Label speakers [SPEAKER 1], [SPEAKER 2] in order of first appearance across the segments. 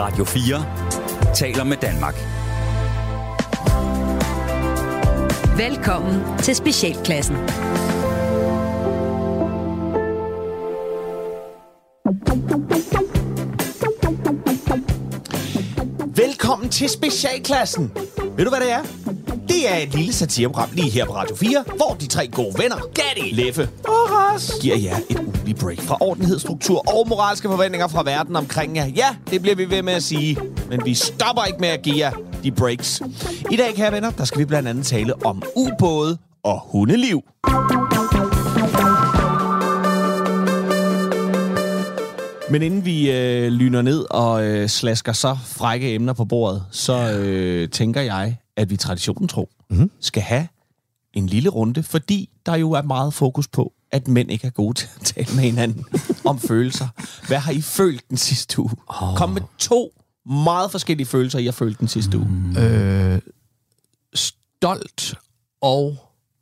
[SPEAKER 1] Radio 4 taler med Danmark.
[SPEAKER 2] Velkommen til Specialklassen.
[SPEAKER 3] Velkommen til Specialklassen. Ved du, hvad det er? Det er et lille satireprogram lige her på Radio 4, hvor de tre gode venner, Gatti, Leffe og Ras, giver jer et ugenligt break fra ordenhed, struktur og moralske forventninger fra verden omkring jer. Ja, det bliver vi ved med at sige, men vi stopper ikke med at give jer de breaks. I dag, kære venner, der skal vi blandt andet tale om ubåde og hundeliv. Men inden vi lyner ned og slasker så frække emner på bordet, så tænker jeg, at vi traditionen tro skal have en lille runde, fordi der jo er meget fokus på, at mænd ikke er gode til at tale med hinanden om følelser. Hvad har I følt den sidste uge? Kom med 2 meget forskellige følelser, I har følt den sidste uge.
[SPEAKER 4] Stolt og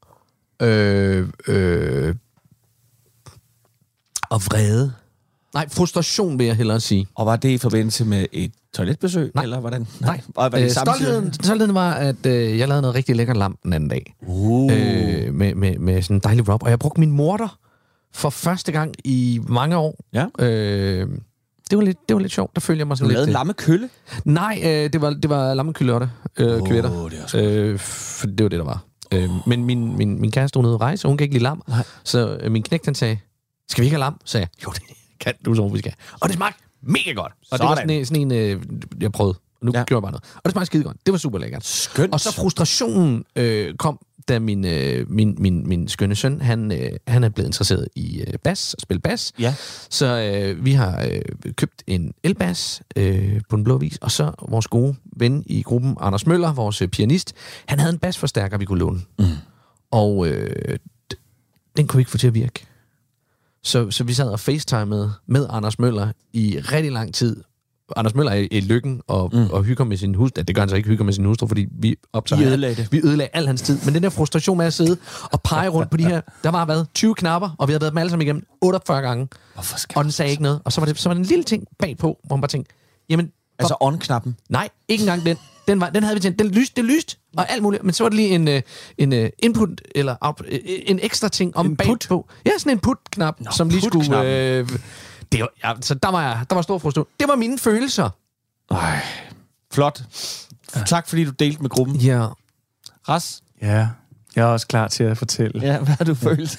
[SPEAKER 4] vrede. Nej, frustration vil jeg hellere sige.
[SPEAKER 3] Og var det i forbindelse med et toiletbesøg?
[SPEAKER 4] Nej.
[SPEAKER 3] Eller hvordan?
[SPEAKER 4] Nej.
[SPEAKER 3] Og var det
[SPEAKER 4] Stoltheden var, at jeg lavede noget rigtig lækkert lam den anden dag. Med sådan en dejlig rub. Og jeg brugte min morter for første gang i mange år.
[SPEAKER 3] Ja.
[SPEAKER 4] Det var lidt sjovt. Der følte jeg mig sådan
[SPEAKER 3] Du
[SPEAKER 4] lidt...
[SPEAKER 3] lavede lammekølle?
[SPEAKER 4] Nej, det var lammekyllotte. Kvætter. For det var det, der var. Men min kæreste, hun havde rejse, og hun kan ikke lide lam. Nej. Så min knægt, han sagde, skal vi ikke have lam? Så sagde jeg, jo, det kan du, så vi skal. Og det smagte mega godt. Og det var sådan en jeg prøvede. Og nu gjorde jeg bare noget. Og det smagte skide godt. Det var super lækkert.
[SPEAKER 3] Skønt.
[SPEAKER 4] Og så frustrationen kom, da min skønne søn, han er blevet interesseret i bas, og spille bas. Ja. Så vi har købt en elbas på Den Blå Vis, og så vores gode ven i gruppen, Anders Møller, vores pianist, han havde en basforstærker, vi kunne låne. Og den kunne vi ikke få til at virke. Så vi sad og facetimede med Anders Møller i rigtig lang tid. Anders Møller er i Lykken og hygger med sin hustru. Det gør han så ikke, hygger med sin hustru, fordi vi ødelagde al hans tid. Men den der frustration med at sidde og pege rundt på de her, der var 20 knapper, og vi havde været dem alle sammen igennem 48 gange. Og den sagde ikke noget. Og så var det en lille ting bagpå, hvor man bare tænkte, jamen...
[SPEAKER 3] Altså on-knappen?
[SPEAKER 4] Nej, ikke engang den. Den havde vi tændt. Det lyste og alt muligt. Men så var det lige en input, eller output, en ekstra ting om bagpå. Ja, sådan en put-knap, som lige skulle... så der var stor frustration. Det var mine følelser.
[SPEAKER 3] Flot. Tak fordi du delte med gruppen.
[SPEAKER 4] Ja.
[SPEAKER 3] Ras?
[SPEAKER 5] Ja, jeg er også klar til at fortælle.
[SPEAKER 3] Ja, hvad har du følt?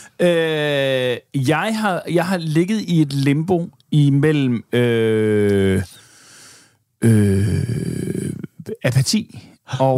[SPEAKER 5] Jeg har ligget i et limbo imellem apati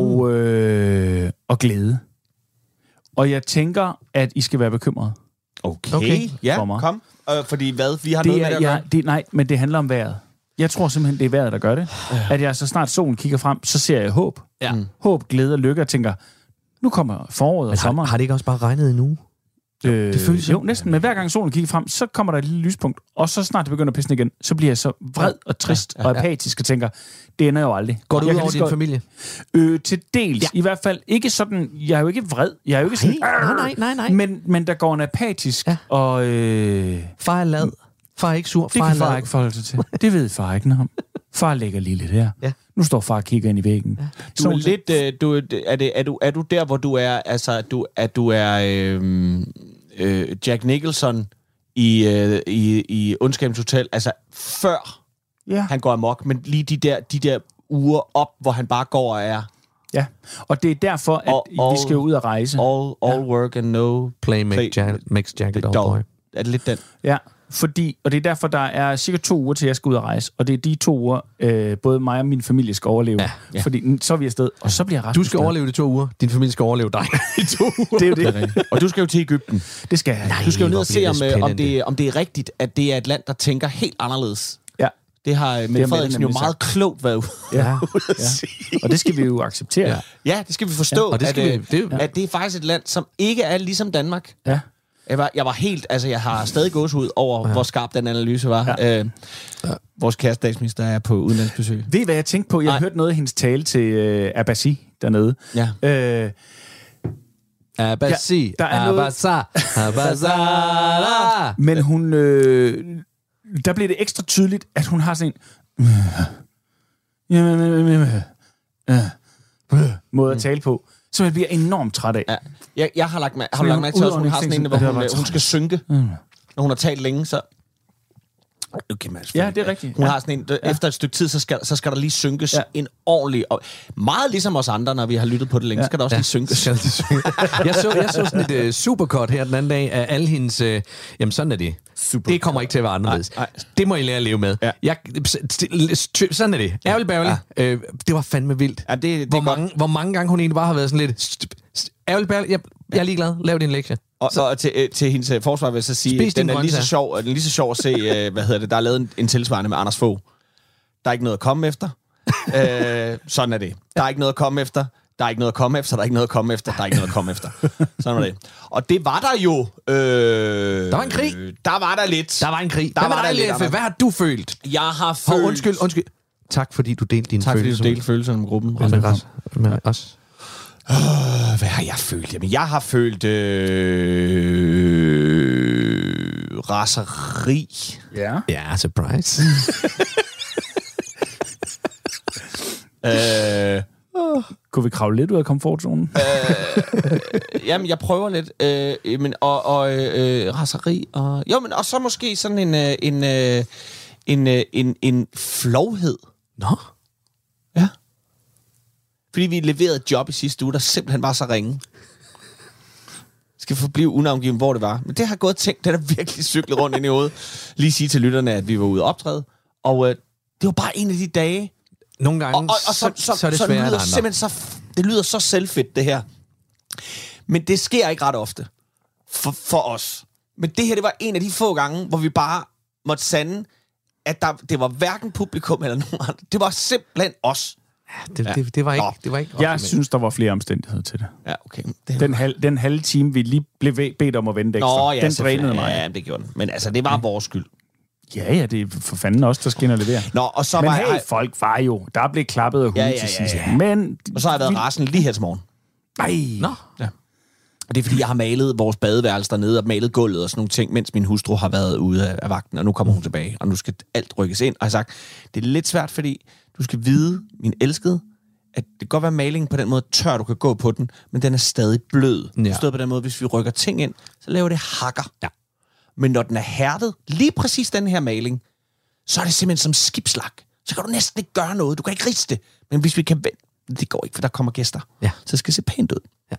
[SPEAKER 5] og glæde. Og jeg tænker, at I skal være bekymrede.
[SPEAKER 3] Okay. Ja, kom. Fordi hvad? Vi har noget med det at gøre.
[SPEAKER 5] Nej, men det handler om vejret. Jeg tror simpelthen, det er vejret, der gør det. At jeg så snart solen kigger frem, så ser jeg håb. Ja. Håb, glæde og lykke, og tænker, nu kommer foråret og sommeren.
[SPEAKER 4] Har det ikke også bare regnet endnu?
[SPEAKER 5] Det føles jo næsten, men hver gang solen kigger frem, så kommer der et lille lyspunkt, og så snart det begynder at pisse igen, så bliver jeg så vred og trist og apatisk og tænker, det ender jo aldrig.
[SPEAKER 4] Går du ud over din familie?
[SPEAKER 5] Til dels. Ja. I hvert fald ikke sådan, jeg er jo ikke vred, jeg er jo ikke sådan,
[SPEAKER 4] nej.
[SPEAKER 5] Men der går en apatisk, og...
[SPEAKER 4] Far er lad, far er ikke sur,
[SPEAKER 5] det kan far ikke forholde sig til. Det ved far ikke noget om. Far ligger lige lidt her. Ja. Nu står far og kigger ind i væggen. Ja.
[SPEAKER 3] Du er lidt... Er du der, hvor du er... Altså, du er Jack Nicholson i Ondskabens Hotel. Altså, før han går amok, men lige de der uger op, hvor han bare går og er...
[SPEAKER 5] Ja, og det er derfor, at vi skal ud og rejse.
[SPEAKER 3] All work and no
[SPEAKER 4] play makes Jack a dull boy.
[SPEAKER 3] Er det lidt den?
[SPEAKER 5] Ja. Og det er derfor, der er cirka 2 uger til, jeg skal ud og rejse. Og det er de 2 uger, både mig og min familie skal overleve. Ja. Fordi så er vi afsted, og så bliver Rasmus...
[SPEAKER 4] Du skal overleve de 2 uger. Din familie skal overleve dig i 2 uger.
[SPEAKER 5] Det er jo det.
[SPEAKER 3] Og du skal jo til Egypten.
[SPEAKER 5] Det skal jeg.
[SPEAKER 3] Du skal jo ned og se, om det er rigtigt, at det er et land, der tænker helt anderledes. Ja. Det har Mette Frederiksen jo meget klogt været ude at sige.
[SPEAKER 5] Og det skal vi jo acceptere.
[SPEAKER 3] Ja, det skal vi forstå, at det er faktisk et land, som ikke er ligesom Danmark. Ja. Jeg var helt... Altså, jeg har stadig gåsehud over, hvor skarp den analyse var. Ja. Vores kære statsminister er på udenlandsbesøg.
[SPEAKER 5] Ved I, hvad jeg tænkte på? Jeg har hørt noget af hendes tale til Abbasi dernede. Ja.
[SPEAKER 4] Abbasi.
[SPEAKER 5] Der er noget... Men hun... der blev det ekstra tydeligt, at hun har sådan en... måde at tale på, som jeg bliver enormt træt af.
[SPEAKER 3] Ja. Jeg har lagt mærke til, at hun har sådan en, hvor hun skal synke. Når hun har talt længe, så... Okay,
[SPEAKER 5] ja, det er rigtigt.
[SPEAKER 3] Hun har sådan en, efter et stykke tid, så skal der lige synkes en ordentlig... Meget ligesom os andre, når vi har lyttet på det længe, skal der også lige synkes.
[SPEAKER 4] Jeg så sådan et supercut her den anden dag af alle hendes... jamen, sådan er det. Det kommer ikke til at være anderledes. Nej. Det må I lære at leve med. Ja. Sådan er det. Ærgerlig. Det var fandme vildt.
[SPEAKER 3] Ja, det
[SPEAKER 4] hvor mange gange hun egentlig bare har været sådan lidt... Ærgerlig. Jeg er ligeglad. Lav din lektie.
[SPEAKER 3] Og til hendes forsvar vil jeg så sige, den er lige så sjov at se, der er lavet en tilsvarende med Anders Fogh. Der er ikke noget at komme efter. Sådan er det. Der er ikke noget at komme efter. Der er ikke noget at komme efter. Der er ikke noget at komme efter. Der er ikke noget at komme efter. Sådan er det. Og det var der jo...
[SPEAKER 4] der var en krig.
[SPEAKER 3] Der var der lidt.
[SPEAKER 4] Der var en krig. Hvad har du følt?
[SPEAKER 3] Jeg har følt...
[SPEAKER 4] Undskyld. Tak fordi du delte dine følelser.
[SPEAKER 3] Tak fordi du delte følelserne med gruppen.
[SPEAKER 4] Med os.
[SPEAKER 3] Hvad har jeg følt? Jamen, jeg har følt raseri.
[SPEAKER 4] Ja, surprise.
[SPEAKER 5] Kunne vi kravle lidt ud af komfortzonen?
[SPEAKER 3] Jamen, jeg prøver lidt. Raseri og... Jo, men og så måske sådan en flovhed.
[SPEAKER 4] Nå?
[SPEAKER 3] Ja. Fordi vi leverede et job i sidste uge, der simpelthen var så ringe. Skal forblive unavngivet, hvor det var. Men det har gået tænkt, det er virkelig cyklet rundt ind i hovedet. Lige sige til lytterne, at vi var ude og optræde. Og det var bare en af de dage.
[SPEAKER 4] Nogle gange, så er det svært at andre.
[SPEAKER 3] Det lyder så selvfedt, det her. Men det sker ikke ret ofte. For os. Men det her, det var en af de få gange, hvor vi bare måtte sande, at det var hverken publikum eller nogen andre. Det var simpelthen os.
[SPEAKER 4] Det var ikke
[SPEAKER 5] jeg synes, der var flere omstændigheder til det.
[SPEAKER 3] Ja, okay.
[SPEAKER 5] Den halve time, vi lige blev bedt om at vente ekstra, den drænede mig.
[SPEAKER 3] Ja, det gjorde den. Men altså, det var vores skyld.
[SPEAKER 5] Ja, det er for fanden også, der skal ind og levere.
[SPEAKER 3] Og så
[SPEAKER 5] men folk var jo... Der blev klappet af hunde til sidst. Men...
[SPEAKER 3] Og så har jeg været rasende lige her til morgen.
[SPEAKER 5] Nej.
[SPEAKER 3] Nå. Ja. Og det er, fordi jeg har malet vores badeværelse dernede, og malet gulvet og sådan nogle ting, mens min hustru har været ude af vagten, og nu kommer hun tilbage, og nu skal alt rykkes ind. Og jeg har sagt, det er lidt svært, fordi du skal vide, min elskede, at det kan godt være, malingen på den måde tør, du kan gå på den, men den er stadig blød. Ja. Forstået på den måde, hvis vi rykker ting ind, så laver det hakker. Ja. Men når den er hærdet, lige præcis den her maling, så er det simpelthen som skibslak. Så kan du næsten ikke gøre noget. Du kan ikke riste det. Men hvis vi kan vente, det går ikke, for der kommer gæster. Ja. Så det skal se pænt ud. Ja.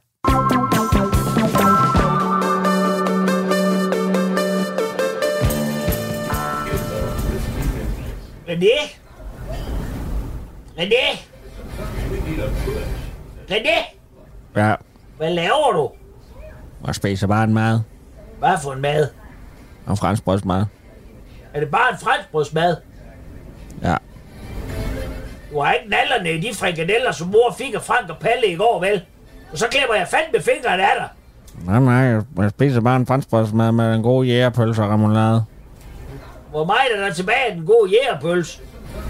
[SPEAKER 2] René?
[SPEAKER 3] Ja.
[SPEAKER 2] Hvad laver du?
[SPEAKER 3] Jeg spiser bare en mad.
[SPEAKER 2] Hvad for en mad?
[SPEAKER 3] En franskbrødsmad.
[SPEAKER 2] Er det bare en franskbrødsmad?
[SPEAKER 3] Ja.
[SPEAKER 2] Du har ikke nallerne i de frikadeller, som mor fik af Frank og Palle i går, vel? Og så klipper jeg fandme fingrene af dig.
[SPEAKER 3] Nej, jeg spiser bare en franskbrødsmad med en god jægerpølse og remoulade.
[SPEAKER 2] Hvor meget er der tilbage af den gode jægerpølse?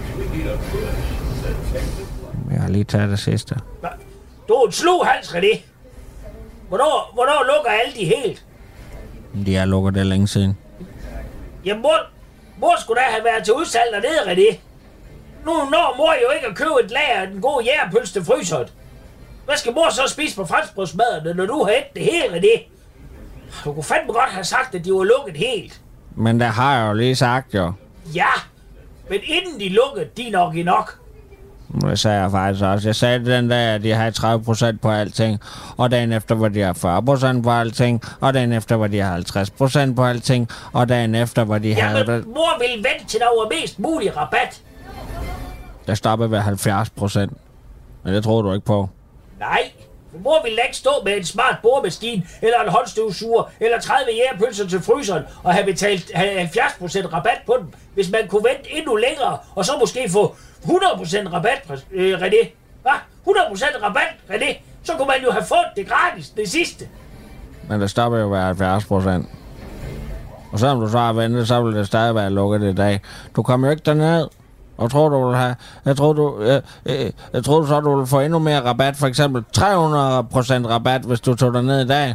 [SPEAKER 3] Jeg har lige taget det sidste.
[SPEAKER 2] Du er en slug, Hans René. Hvornår lukker alle de helt?
[SPEAKER 3] De har lukket det længe siden.
[SPEAKER 2] Jamen, mor skulle da have været til udsalg dernede, René. Nu når mor jo ikke at købe et lager af den gode jægerpølse til fryseren. Hvad skal mor så spise på franskbrødsmaderne, når du har et det hele, René? Du kunne fandme godt have sagt, at de var lukket helt.
[SPEAKER 3] Men det har jeg jo lige sagt, jo.
[SPEAKER 2] Ja, men inden de lukkede, de nok i nok.
[SPEAKER 3] Det sagde jeg faktisk også. Jeg sagde den dag, at de havde 30% på alting, og dagen efter var de har 40% på alting, og dagen efter var de har 50% på alting, og dagen efter var de havde...
[SPEAKER 2] Jamen, mor ville vente til der var mest mulig rabat.
[SPEAKER 3] Der stoppede ved 70%. Men det tror du ikke på.
[SPEAKER 2] Nej, for mor ville ikke stå med en smart boremaskine, eller en håndstøvsuger, eller 30 jægerpølser til fryseren, og have betalt 70% rabat på dem, hvis man kunne vente endnu længere, og så måske få 100% rabat, René. Hvad? 100% rabat, René? Så kunne man jo have fået det gratis, det sidste.
[SPEAKER 3] Men det stopper jo ved 70%. Og selvom du så har ventet, så vil det stadig være lukket i dag. Du kommer jo ikke derned. Og tror du vil have... Jeg tror du så, du vil få endnu mere rabat. For eksempel 300% rabat, hvis du tog derned i dag.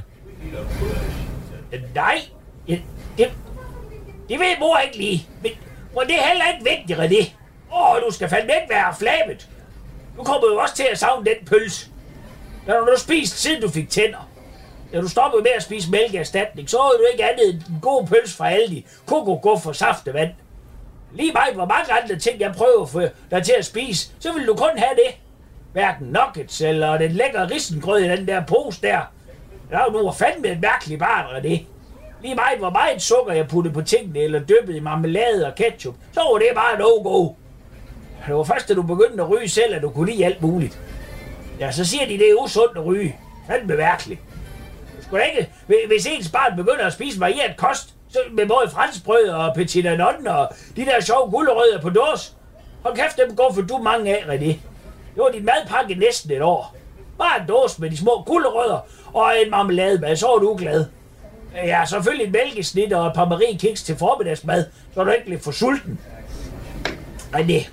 [SPEAKER 2] Nej. Det ved mor ikke lige. Men det er heller ikke vigtigt, René. Du skal fandme ikke være flabet. Du kommer jo også til at savne den pølse. Hvad har du spist, siden du fik tænder? Da du stoppede med at spise mælkeerstatning, så var du ikke andet end en god pølse fra Aldi. Koko for saftevand. Lige meget hvor mange andre ting, jeg prøver at få dig til at spise, så vil du kun have det. Hverken nuggets eller den lækre risengrød i den der pose der. Nu var fandme et mærkeligt barn af det. Lige meget hvor meget sukker jeg puttede på tingene, eller dyppede i marmelade og ketchup, så var det bare no-go. Det var først, da du begyndte at ryge selv, at du kunne lide alt muligt. Ja, så siger de, det er usundt at ryge. Fandme mærkeligt. Sgu da ikke, hvis ens barn begynder at spise varieret kost, så med både franskbrød og petit anon og de der sjove gulerødder på dås. Hold kæft, dem går for du mange af, René. Det var din madpakke næsten et år. Bare en dåse med de små gulerødder og en marmelademad, så var du glad. Ja, selvfølgelig et mælkesnit og et par mariekiks til formiddagsmad, så du ikke bliver for sulten. René.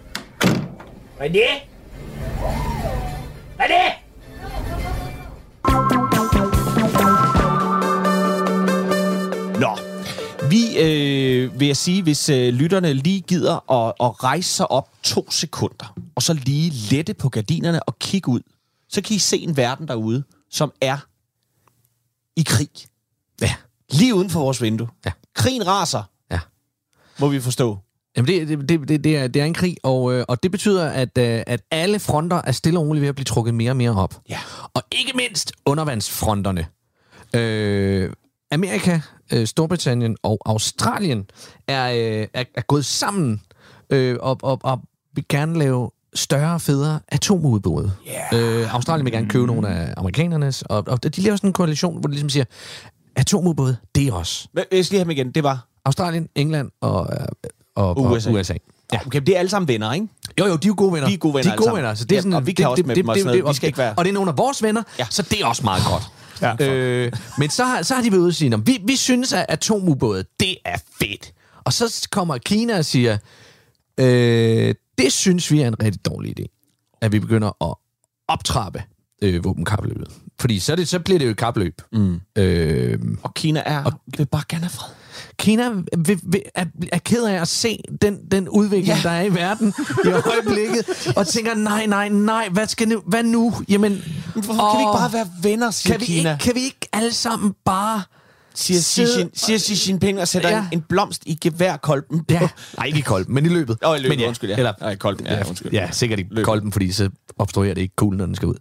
[SPEAKER 3] Nå, vi vil jeg sige, hvis lytterne lige gider at rejse sig op 2 sekunder, og så lige lette på gardinerne og kigge ud, så kan I se en verden derude, som er i krig.
[SPEAKER 4] Ja.
[SPEAKER 3] Lige uden for vores vindue.
[SPEAKER 4] Ja.
[SPEAKER 3] Krigen raser, må vi forstå.
[SPEAKER 4] Jamen, det er en krig, og det betyder, at alle fronter er stille og roligt ved at blive trukket mere og mere op.
[SPEAKER 3] Ja.
[SPEAKER 4] Og ikke mindst undervandsfronterne. Amerika, Storbritannien og Australien er gået sammen og vil gerne lave større, federe atomudbrud. Yeah. Australien vil gerne købe nogle af amerikanernes, og de laver sådan en koalition, hvor de ligesom siger, atomudbrud, det er os.
[SPEAKER 3] Jeg skal lige have igen, det var?
[SPEAKER 4] Australien, England og USA.
[SPEAKER 3] Ja. Okay, det er alle sammen venner, ikke?
[SPEAKER 4] Jo, de er jo gode venner.
[SPEAKER 3] De er gode venner,
[SPEAKER 4] de er gode venner, så det er sådan,
[SPEAKER 3] og vi kan også med dem og sådan noget. Vi skal ikke være...
[SPEAKER 4] Og det er nogle af vores venner, så det er også meget godt. Ja, men så har de været ude og sige, vi synes, at atomubåde, det er fedt. Og så kommer Kina og siger, det synes vi er en rigtig dårlig idé, at vi begynder at optrappe våbenkapløbet. Fordi så bliver det jo et kapløb.
[SPEAKER 3] Og Kina vil bare gerne have fred.
[SPEAKER 4] Kina er ked af at se den udvikling, der er i verden i øjeblikket, og tænker, nej, hvad nu? Jamen,
[SPEAKER 3] hvorfor kan vi ikke bare være venner, siger Kina?
[SPEAKER 4] Kan vi ikke alle sammen bare...
[SPEAKER 3] Siger Xi Jinping og sætter en blomst i geværkolben.
[SPEAKER 4] Ja. Nej, ikke i kolben, men i løbet.
[SPEAKER 3] I løbet, men undskyld. Eller i kolben, undskyld.
[SPEAKER 4] Ja, sikkert i kolben, fordi så obstruerer det ikke cool, når den skal ud.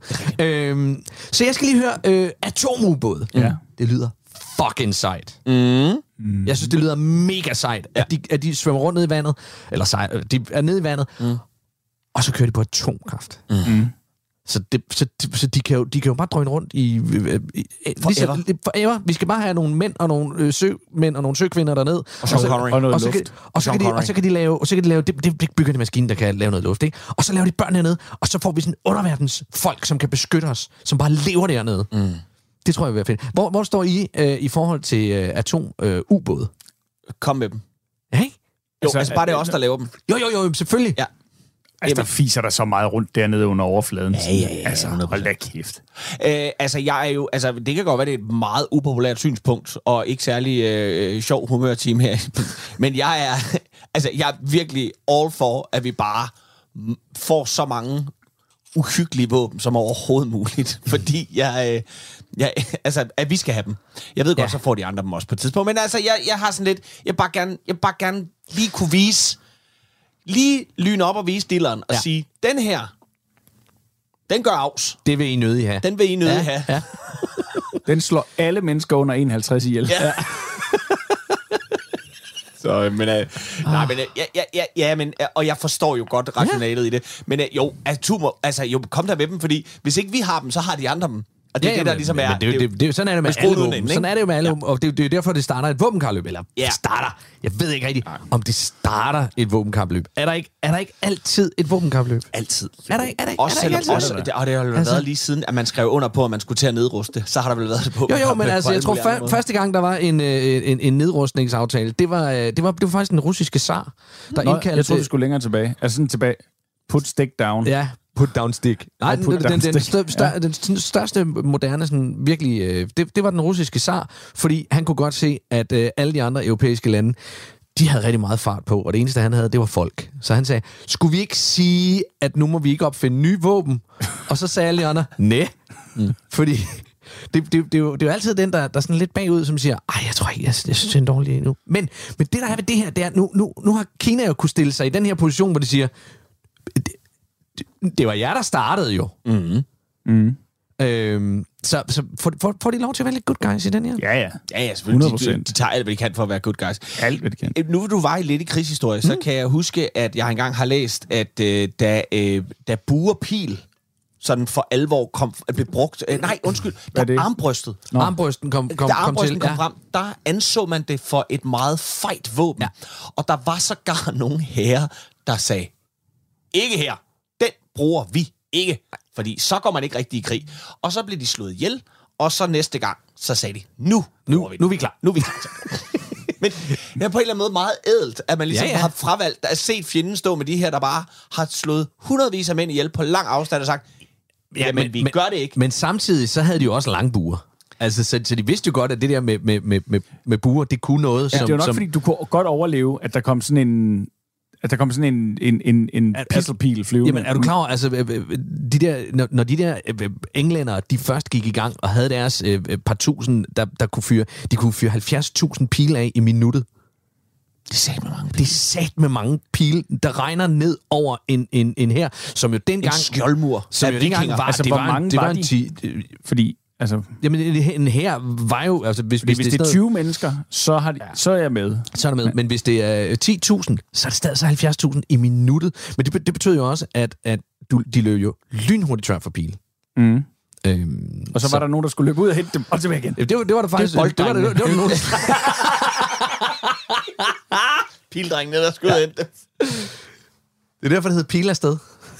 [SPEAKER 4] Så jeg skal lige høre atomubåd. Ja. Det lyder fucking sejt. Jeg synes, det lyder mega sejt, at de svømmer rundt ned i vandet, eller sejt, de er nede i vandet, og så kører de på atomkraft. Så de kan jo bare drøne rundt i forever. Vi skal bare have nogle mænd og nogle sømænd og nogle søkvinder derned.
[SPEAKER 3] Og
[SPEAKER 4] så kan de lave det bygger de maskine, der kan lave noget luft, ikke? Og så laver de børn hernede, og så får vi sådan underverdens folk, som kan beskytte os, som bare lever dernede. Det tror jeg vil være fedt. Hvor står I i forhold til atom-ubåde?
[SPEAKER 3] Kom med dem.
[SPEAKER 4] Ja, ikke?
[SPEAKER 3] Jo, altså bare det er os, der laver dem.
[SPEAKER 4] Jo, selvfølgelig.
[SPEAKER 3] Ja.
[SPEAKER 5] Altså, der fiser der så meget rundt dernede under overfladen.
[SPEAKER 3] Ja.
[SPEAKER 5] Altså, hold da kæft.
[SPEAKER 3] Jeg er jo... Altså, det kan godt være, det er et meget upopulært synspunkt, og ikke særlig sjov humørteam her. Men jeg er virkelig all for, at vi bare får så mange uhyggelige våben som overhovedet muligt. Fordi at vi skal have dem. Jeg ved godt, så får de andre dem også på et tidspunkt. Men altså, jeg har sådan lidt... Jeg bare gerne lige kunne vise... Lige lyne op og vise dilleren og sige, den her, den gør afs.
[SPEAKER 4] Det vil I nødig have.
[SPEAKER 3] Den vil I nødig have.
[SPEAKER 5] Ja. Den slår alle mennesker under 51 ihjel.
[SPEAKER 3] Ja. Så, men, og jeg forstår jo godt rationalet i det. Men kom der med dem, fordi hvis ikke vi har dem, så har de andre dem. Og det er det, der ligesom er...
[SPEAKER 4] Sådan er det med alle våben. Sådan er det jo med alle våben. Og det er jo derfor, det starter et våbenkapløb. Eller starter. Jeg ved ikke rigtigt, om det starter et våbenkapløb. Er der ikke altid et våbenkapløb?
[SPEAKER 3] Altid.
[SPEAKER 4] Er der ikke altid?
[SPEAKER 3] Og det har jo været lige siden, at man skrev under på, at man skulle til at nedruste. Så har der vel været det på.
[SPEAKER 4] Jo, men altså, jeg tror første gang, der var en nedrustningsaftale, det var faktisk den russiske zar, der indkaldte...
[SPEAKER 5] Jeg tror vi skulle længere tilbage. Altså sådan tilbage. Put stick down.
[SPEAKER 4] Ja. Put down stick. Nej, den største moderne, sådan virkelig, det var den russiske zar, fordi han kunne godt se, at alle de andre europæiske lande, de havde rigtig meget fart på, og det eneste, han havde, det var folk. Så han sagde, skulle vi ikke sige, at nu må vi ikke opfinde nye våben? Og så sagde alle de andre, nej. Fordi det er jo altid den, der er sådan lidt bagud, som siger, jeg tror ikke, jeg synes, det er en dårlig nu. Men det, der er ved det her, det er, nu har Kina jo kunne stille sig i den her position, hvor de siger, det var jer, der startede jo. Så får de lov til at være lidt good guys i den her?
[SPEAKER 3] Ja, selvfølgelig. De tager alt, hvad de kan for at være good guys.
[SPEAKER 5] Alt, hvad de kan.
[SPEAKER 3] Nu du var i lidt i krigshistorie, så kan jeg huske, at jeg engang har læst, at da bue og pil sådan for alvor blev brugt... da armbrystet.
[SPEAKER 4] Armbrysten kom
[SPEAKER 3] frem, der anså man det for et meget fejt våben. Ja. Og der var sågar nogle herrer, der sagde, ikke her, den bruger vi ikke. Fordi så går man ikke rigtig i krig. Og så blev de slået ihjel, og så næste gang, så sagde de, nu er vi klar. Nu er vi klar. Men det er på en eller anden måde meget ædelt, at man ligesom har fravalgt at set fjenden stå med de her, der bare har slået hundredvis af mænd ihjel på lang afstand og sagt, men vi gør det ikke. Men samtidig så havde de jo også lange buer. Altså, så de vidste jo godt, at det der med buer, det kunne noget.
[SPEAKER 5] Det var nok, fordi du kunne godt overleve, at der kom sådan en pistolpil flyvende.
[SPEAKER 4] Jamen, er du klar over, altså, når de der englændere, de først gik i gang og havde deres par tusind, der kunne fyre, de kunne fyre 70.000 pile af i minuttet. Det er sat med mange pile, der regner ned over en her, som jo dengang...
[SPEAKER 3] En skjoldmur.
[SPEAKER 4] Som jo dengang var...
[SPEAKER 5] Altså, hvor mange var de? Fordi... Altså,
[SPEAKER 4] jamen, en her var jo... Altså, hvis
[SPEAKER 5] det er 20 mennesker, så er jeg med.
[SPEAKER 4] Så er der med. Men hvis det er 10.000, så er det stadig så 70.000 i minuttet. Men det betyder jo også, at de løb jo lynhurtigt tør for pile.
[SPEAKER 5] Og så var der nogen, der skulle løbe ud og hente dem, og tilbage igen.
[SPEAKER 4] Det var der faktisk... Det var nogen...
[SPEAKER 3] Pildrengene, der skulle hente dem.
[SPEAKER 4] Det er derfor, det hedder Pil afsted.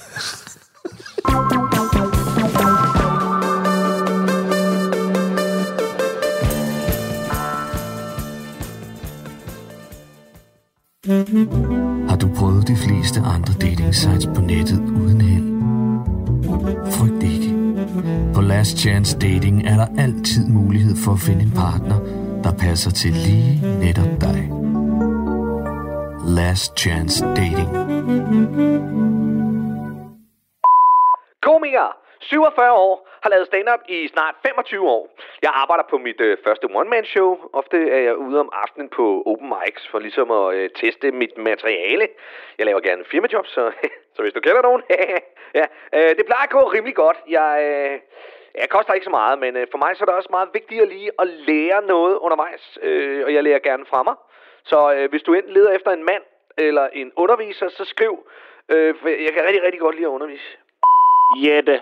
[SPEAKER 6] Har du prøvet de fleste andre dating sites på nettet uden held? Frygt ikke. På Last Chance Dating er der altid mulighed for at finde en partner, der passer til lige netop dig. Last Chance Dating.
[SPEAKER 7] Komiker, 47 år, har lavet stand-up i snart 25 år. Jeg arbejder på mit første one-man-show. Ofte er jeg ude om aftenen på open mics for ligesom at teste mit materiale. Jeg laver gerne firmajobs, så hvis du kender nogen. Det plejer at gå rimelig godt. Jeg koster ikke så meget, men for mig så er det også meget vigtigt lige at lære noget undervejs. Og jeg lærer gerne fra mig. Så hvis du enten leder efter en mand eller en underviser, så skriv. Jeg kan rigtig, rigtig godt lide at undervise.
[SPEAKER 8] Jette,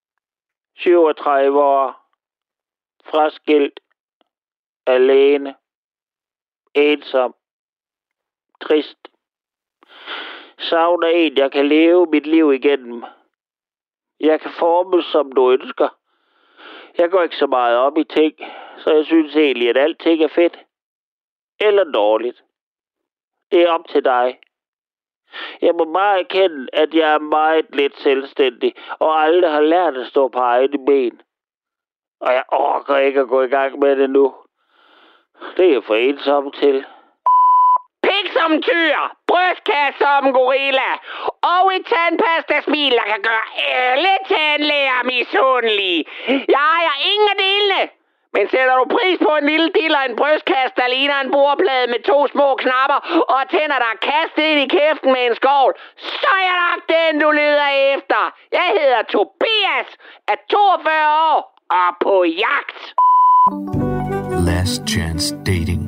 [SPEAKER 8] 37 år, fraskilt, alene, ensom, trist. Savner en, jeg kan leve mit liv igennem. Jeg kan formes, som du ønsker. Jeg går ikke så meget op i ting, så jeg synes egentlig, at alting er fedt. Eller dårligt. Det er op til dig. Jeg må bare erkende, at jeg er meget lidt selvstændig, og aldrig har lært at stå på egne ben. Og jeg orker ikke at gå i gang med det nu. Det er jeg for ensom til.
[SPEAKER 9] Pik som tyr, brystkasse som gorilla, og et tandpastasmil, der kan gøre alle tandlæger misundelige. Jeg ejer ingen af delene. Men sætter du pris på en lille dille og en brystkasse, der ligner en bordplade med 2 små knapper, og tænder, der er kastet ind i kæften med en skovl, så er jeg nok den, du leder efter. Jeg hedder Tobias, er 42 år og på jagt.
[SPEAKER 6] Last Chance Dating.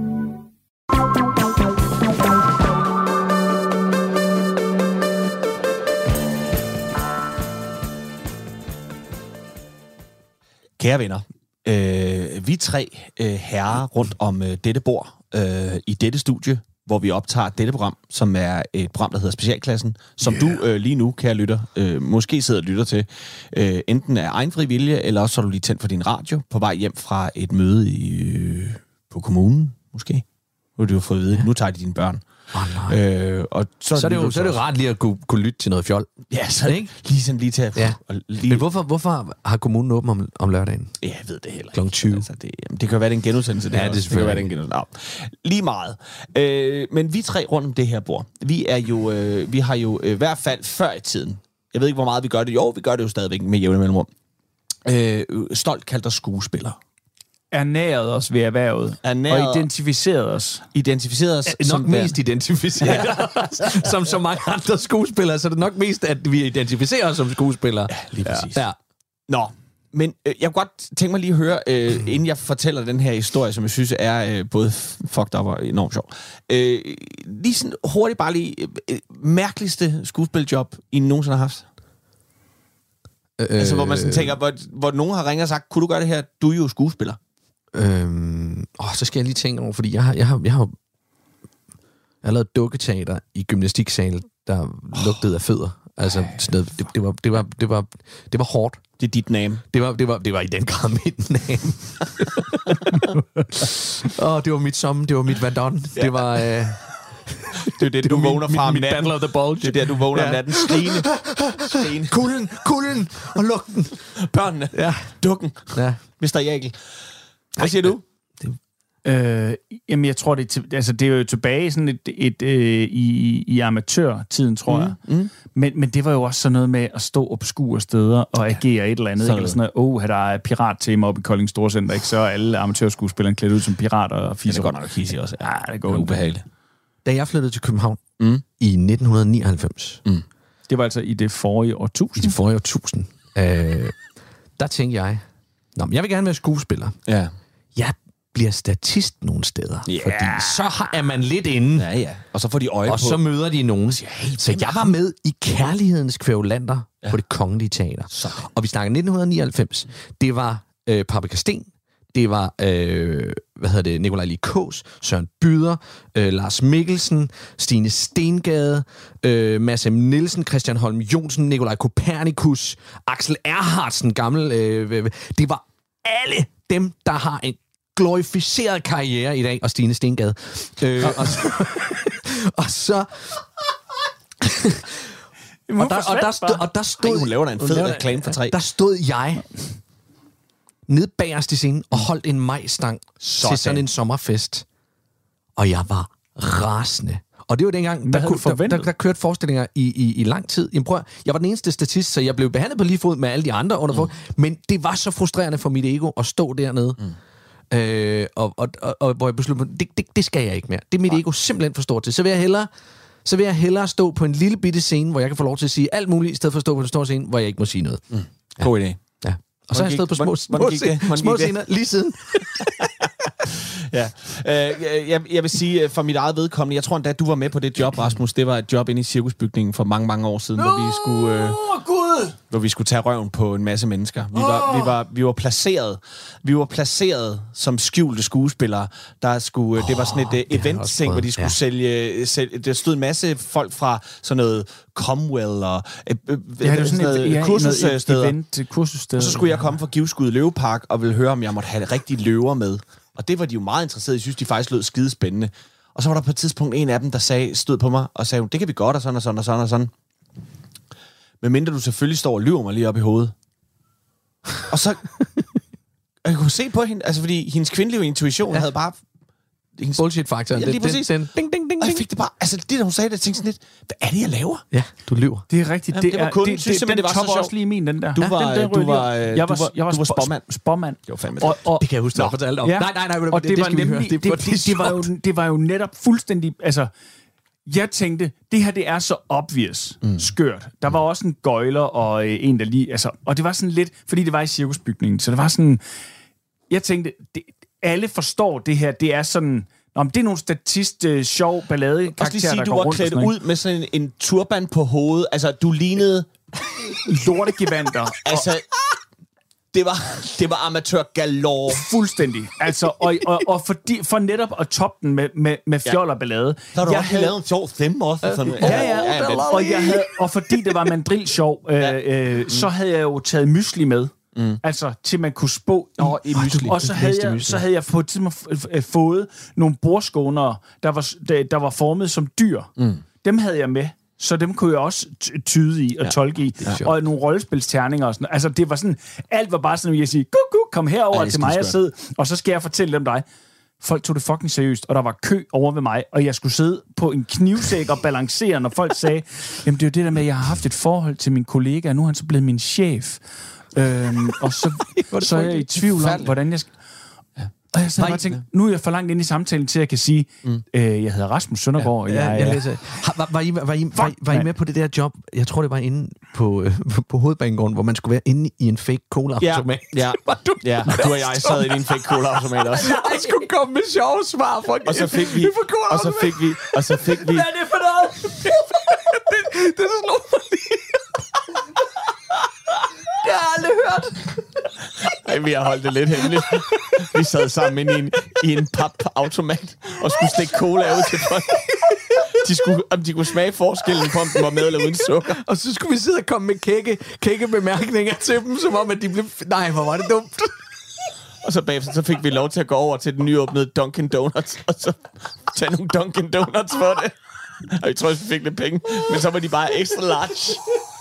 [SPEAKER 3] Kære venner, vi 3 herrer rundt om dette bord i dette studie, hvor vi optager dette program, som er et program, der hedder Specialklassen, som du lige nu, kære lytter, måske sidder og lytter til, enten af egen fri vilje, eller også så er du lige tændt for din radio på vej hjem fra et møde på kommunen, måske. Nu har du fået at vide, nu tager de dine børn Og
[SPEAKER 4] så er det jo rart lige at kunne lytte til noget fjol.
[SPEAKER 3] Ja, så ikke? Lige til at...
[SPEAKER 4] Ja. Men hvorfor har kommunen åbent om lørdagen?
[SPEAKER 3] Ja, jeg ved det heller ikke.
[SPEAKER 4] Klokken 20.
[SPEAKER 3] Altså, det kan jo være, det er en genudsendelse.
[SPEAKER 4] Ja, det kan være,
[SPEAKER 3] det er en genudsendelse. Lige meget. Men vi tre rundt om det her bord, vi har jo i hvert fald før i tiden, jeg ved ikke, hvor meget vi gør det. Jo, vi gør det jo stadigvæk med jævne mellemrum. Stolt kaldt os skuespillere.
[SPEAKER 5] Ernæret os ved erhvervet. Og identificeret os.
[SPEAKER 4] Nok mest identificeret. Som så mange andre skuespillere, så er det nok mest, at vi identificerer os som skuespillere.
[SPEAKER 3] Ja, lige præcis. Ja. Nå, men jeg kunne godt tænke mig lige at høre, inden jeg fortæller den her historie, som jeg synes er både fucked up og enormt sjov. Lige sådan hurtigt bare lige, mærkeligste skuespiljob, I nogensinde har haft? Altså, hvor man sådan tænker, hvor nogen har ringet og sagt, kunne du gøre det her? Du er jo skuespiller.
[SPEAKER 4] Så skal jeg lige tænke over, fordi jeg har lavet dukketeater i gymnastiksalen, der lugtede af fødder. Altså, det var hårdt.
[SPEAKER 3] Det er dit name.
[SPEAKER 4] Det var i den grad mit name. Det var mit sommer, det var mit vadon. Ja. Det var... det
[SPEAKER 3] er det, du vågner fra om natten.
[SPEAKER 4] Battle of the Bulge.
[SPEAKER 3] Det er der, du vågner om natten. Skrigende.
[SPEAKER 4] Kulden og lugten.
[SPEAKER 3] Børnene. Ja. Dukken.
[SPEAKER 4] Ja.
[SPEAKER 3] Mr. Jagel. Hvad siger du?
[SPEAKER 5] Jamen, jeg tror, det er jo tilbage sådan i amatørtiden, tror jeg. Men det var jo også sådan noget med at stå og beskue steder og agere et eller andet. Eller sådan noget, der er pirattema oppe i Kolding Storcenter, ikke? Så er alle amatørskuespillerne klædt ud som pirater og fiser.
[SPEAKER 3] Det er godt nok kisse også.
[SPEAKER 5] Ja, det går
[SPEAKER 3] ubehageligt.
[SPEAKER 4] Da jeg flyttede til København i 1999,
[SPEAKER 5] det var altså i det forrige årtusind.
[SPEAKER 4] Der tænkte jeg, jeg vil gerne være skuespiller.
[SPEAKER 3] Ja.
[SPEAKER 4] Jeg bliver statist nogle steder. Yeah. Fordi så er man lidt inde.
[SPEAKER 3] Ja. Og så får de øje
[SPEAKER 4] og på. Og så møder de nogen. Så jeg var med i Kærlighedens Kvævlander på Det Kongelige Teater. Sådan. Og vi snakker 1999. Det var Paprika Sten. Det var, Nikolaj Likås, Søren Byder, Lars Mikkelsen, Stine Stengade, Mads M. Nielsen, Christian Holm Jonsen, Nikolaj Kopernikus, Axel Erhardsen, gammel. Det var alle dem, der har en glorificeret karriere i dag, og Stine Stengade. Og så... Og der stod...
[SPEAKER 3] Hun laver da en fed reklame for 3.
[SPEAKER 4] Der stod jeg nede bagerst i scenen og holdt en majstang til sådan en sommerfest. Og jeg var rasende. Og det var dengang, der kørte forestillinger i lang tid. Jeg var den eneste statist, så jeg blev behandlet på lige fod med alle de andre under men det var så frustrerende for mit ego at stå dernede. Og hvor jeg besluttede, det skal jeg ikke mere. Det er mit ego simpelthen for stort til. Så vil jeg hellere stå på en lille bitte scene, hvor jeg kan få lov til at sige alt muligt, i stedet for at stå på en stor scene, hvor jeg ikke må sige noget.
[SPEAKER 3] God idé.
[SPEAKER 4] Ja. Og så har jeg stået på små scener lige siden.
[SPEAKER 3] Ja. Jeg vil sige, for mit eget vedkommende, jeg tror endda, du var med på det job, Rasmus. Det var et job inde i cirkusbygningen for mange, mange år siden, hvor vi skulle tage røven på en masse mennesker. Vi var placeret som skjulte skuespillere. Det var sådan et event-ting, hvor de skulle sælge. Der stod en masse folk fra sådan noget Comwell og kursussteder. Og så skulle jeg komme fra Givskud Løvepark og ville høre, om jeg måtte have rigtige løver med. Og det var de jo meget interesserede. Jeg synes, de faktisk lød skidespændende. Og så var der på et tidspunkt en af dem, der stod på mig og sagde, det kan vi godt, og sådan og sådan og sådan og sådan. Men mindre du selvfølgelig står og lyver mig lige op i hovedet. Og så... jeg kunne se på hende, altså fordi hendes kvindelige intuition havde bare...
[SPEAKER 4] Bullshit-faktoren.
[SPEAKER 3] Ja, lige præcis. Ding, ding, ding, og jeg fik det bare... Altså, det der hun sagde, der tænkte sådan lidt, hvad er det, jeg laver?
[SPEAKER 4] Ja, du lyver.
[SPEAKER 5] Det er rigtigt.
[SPEAKER 3] Jamen, det var kun, synes simpelthen, det var så sjovt.
[SPEAKER 5] Også lige min, den der.
[SPEAKER 3] Du var spåmand.
[SPEAKER 5] Spåmand.
[SPEAKER 3] Det var fandme
[SPEAKER 4] det kan jeg huske, at fortælle om. Nej,
[SPEAKER 5] og det var jo netop fuldstændig... Altså, jeg tænkte, det her, det er så obvious skørt. Der var også en gøjler og en, der lige... Altså, og det var sådan lidt... Fordi det var i cirkusbygningen, så det var sådan... Jeg tænkte, alle forstår det her. Det er sådan... det er nogle sjov ballade karakterer, der går rundt.
[SPEAKER 3] Også lige sige, du var klædt ud med sådan en turban på hovedet. Altså, du lignede...
[SPEAKER 5] lortegevanter.
[SPEAKER 3] Altså... Det var amatør galore.
[SPEAKER 5] Fuldstændig. Altså, og for netop at toppe den med fjol og ballade.
[SPEAKER 3] Så har du også lavet en sjov stemme også.
[SPEAKER 5] Og fordi det var mandrilsjov, så havde jeg jo taget mysli med. Altså, til man kunne spå
[SPEAKER 3] i mysli.
[SPEAKER 5] Og så havde jeg på et tidspunkt fået nogle bordskånere, der var formet som dyr. Dem havde jeg med. Så dem kunne jeg også tyde i og tolke i. Og nogle rollespilsterninger og sådan. Altså, det var sådan... Alt var bare sådan, at jeg siger, kom herover til mig og sid, og så skal jeg fortælle dem dig. Folk tog det fucking seriøst, og der var kø over ved mig, og jeg skulle sidde på en knivsæk og balancere, når folk sagde, jamen det er jo det der med, at jeg har haft et forhold til min kollega, og nu er han så blevet min chef. Og så er jeg i tvivl om, hvordan jeg skal... Og jeg sad bare og tænkte, nu er jeg for langt inde i samtalen til, at jeg kan sige, jeg hedder Rasmus Søndergaard, og
[SPEAKER 4] Var I med på det der job? Jeg tror, det var inde på Hovedbanegården, hvor man skulle være inde i en fake cola-automat.
[SPEAKER 3] Ja. Du og jeg sad inde i en fake cola-automat også.
[SPEAKER 4] Jeg skulle komme med sjove svar.
[SPEAKER 3] Og så fik vi...
[SPEAKER 2] Hvad er det for noget?
[SPEAKER 4] det er slået for lige. Det har jeg aldrig hørt.
[SPEAKER 3] Ej, vi har holdt det lidt hemmeligt. Vi sad sammen inde i en papautomat og skulle stikke cola ud til folk. Om de kunne smage forskellen på, om den var med eller uden sukker.
[SPEAKER 4] Og så skulle vi sidde og komme med kække bemærkninger til dem, som om, at de blev... Nej, hvor var det dumt.
[SPEAKER 3] Og så bagefter så fik vi lov til at gå over til den nyåbnede Dunkin' Donuts, og så tage nogle Dunkin' Donuts for det. Og jeg tror, vi fik lidt penge, men så var de bare extra large.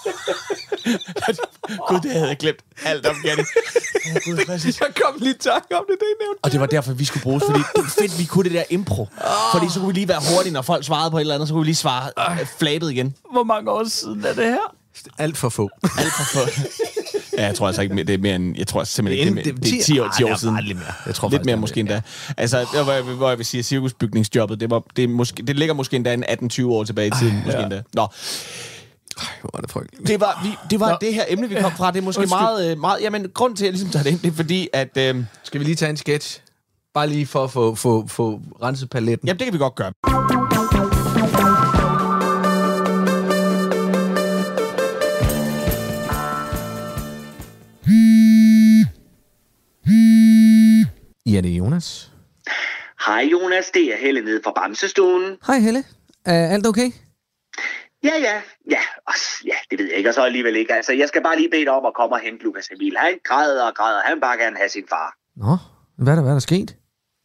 [SPEAKER 3] Gud, det havde jeg glemt alt om, Janne.
[SPEAKER 4] Jeg kom lige tanke om det, nævnte.
[SPEAKER 3] Og det var derfor, vi skulle bruges, fordi det var fedt, vi kunne det der impro. Fordi så kunne vi lige være hurtige, når folk svarede på et eller andet, så kunne vi lige svare flabet igen.
[SPEAKER 5] Hvor mange år siden er det her?
[SPEAKER 4] Alt for få.
[SPEAKER 3] Ja, jeg tror altså ikke mere, det er mere end... Jeg tror simpelthen ikke, det er 10 år siden.
[SPEAKER 4] Lidt mere. Jeg tror
[SPEAKER 3] lidt mere måske endda. Altså, hvor jeg vil sige, at cirkusbygningsjobbet, det ligger måske endda en 18-20 år tilbage i tiden. Måske endda. Nå.
[SPEAKER 4] Hvor er det frygteligt.
[SPEAKER 3] Det var det her emne, vi kom fra. Det er måske meget... Jamen, grunden til, at jeg ligesom tager det ind, det er fordi, at...
[SPEAKER 4] Skal vi lige tage en sketch? Bare lige for at få renset paletten.
[SPEAKER 3] Jamen, det kan vi godt gøre.
[SPEAKER 4] Ja, det er Jonas.
[SPEAKER 10] Hej Jonas, det er Helle nede fra Bamsestuen.
[SPEAKER 4] Hej Helle. Er alt okay?
[SPEAKER 10] Ja, det ved jeg ikke, og så alligevel ikke. Altså, jeg skal bare lige bede dig om at komme og hente Lukas Emil. Han græder og græder, han bare gerne have sin far.
[SPEAKER 4] Nå, hvad er der sket?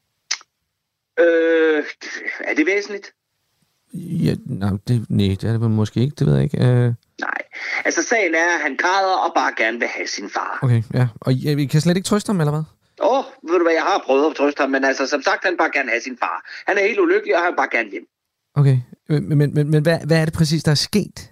[SPEAKER 10] Er det væsentligt?
[SPEAKER 4] Ja, det er det måske ikke, det ved jeg ikke.
[SPEAKER 10] Nej, altså sagen er, at han græder og bare gerne vil have sin far.
[SPEAKER 4] Okay, ja. Og vi kan slet ikke trøste ham, eller hvad?
[SPEAKER 10] Ved du hvad, jeg har prøvet at trøste ham, men altså, som sagt, han bare gerne have sin far. Han er helt ulykkelig, og han bare gerne hjem.
[SPEAKER 4] Okay, men hvad er det præcis, der er sket?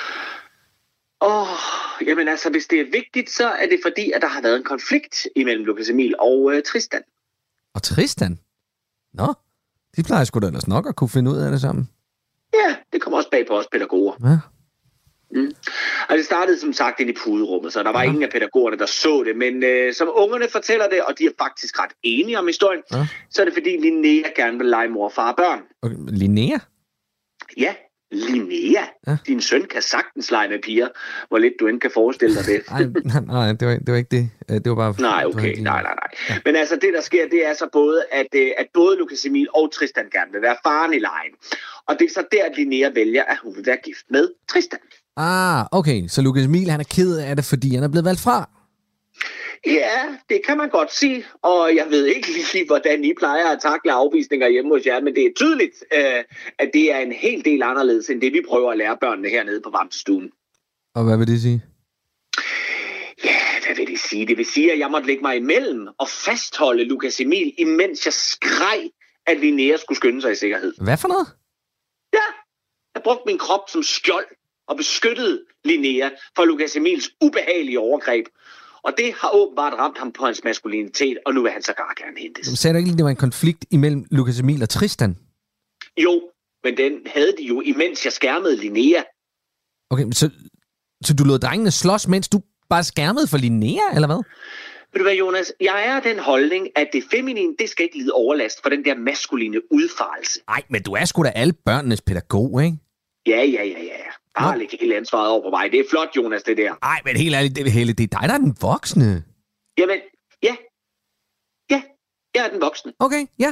[SPEAKER 10] Jamen altså, hvis det er vigtigt, så er det fordi, at der har været en konflikt imellem Lukas Emil og Tristan.
[SPEAKER 4] Og Tristan? Nå, de plejer sgu da ellers nok at kunne finde ud af det sammen.
[SPEAKER 10] Ja, det kommer også bag på os pædagoger.
[SPEAKER 4] Ja.
[SPEAKER 10] Og det startede som sagt ind i puderummet, så der var ingen af pædagogerne, der så det. Men som ungerne fortæller det, og de er faktisk ret enige om historien, så er det fordi Linnea gerne vil lege mor, far og børn.
[SPEAKER 4] Okay, Linnea?
[SPEAKER 10] Ja, Linnea. Ja. Din søn kan sagtens lege med piger. Hvor lidt du end kan forestille dig det.
[SPEAKER 4] Nej, det var ikke det. Det var bare...
[SPEAKER 10] Nej, okay. Nej. Ja. Men altså, det der sker, det er så både, at både Lukas Emil og Tristan gerne vil være faren i lejen. Og det er så der, at Linnea vælger, at hun vil være gift med Tristan.
[SPEAKER 4] Okay. Så Lukas Emil, han er ked af det, fordi han er blevet valgt fra?
[SPEAKER 10] Ja, det kan man godt sige. Og jeg ved ikke lige, hvordan I plejer at takle afvisninger hjemme hos jer, men det er tydeligt, at det er en hel del anderledes, end det vi prøver at lære børnene hernede på Bamsestuen.
[SPEAKER 4] Og hvad vil det sige?
[SPEAKER 10] Ja, hvad vil det sige? Det vil sige, at jeg måtte lægge mig imellem og fastholde Lukas Emil, imens jeg skreg, at Linnea skulle skynde sig i sikkerhed.
[SPEAKER 4] Hvad for noget?
[SPEAKER 10] Ja, jeg brugte min krop som skjold og beskyttede Linnea for Lukas Emils ubehagelige overgreb. Og det har åbenbart ramt ham på hans maskulinitet, og nu vil han så gerne hentes.
[SPEAKER 4] Sagde du ikke, at det var en konflikt imellem Lukas Emil og Tristan?
[SPEAKER 10] Jo, men den havde de jo, imens jeg skærmede Linnea.
[SPEAKER 4] Okay, så du lod drengene slås, mens du bare skærmede for Linnea, eller hvad?
[SPEAKER 10] Ved du hvad, Jonas? Jeg er den holdning, at det feminine, det skal ikke lide overlast for den der maskuline udfarelse.
[SPEAKER 4] Nej, men du er sgu da alle børnenes pædagog, ikke?
[SPEAKER 10] Ja. Bare lægge hele ansvaret over på mig. Det er flot, Jonas, det der.
[SPEAKER 4] Nej, men helt ærligt, det er dig, der er den voksne.
[SPEAKER 10] Jamen, ja. Ja, jeg er den voksne.
[SPEAKER 4] Okay, ja.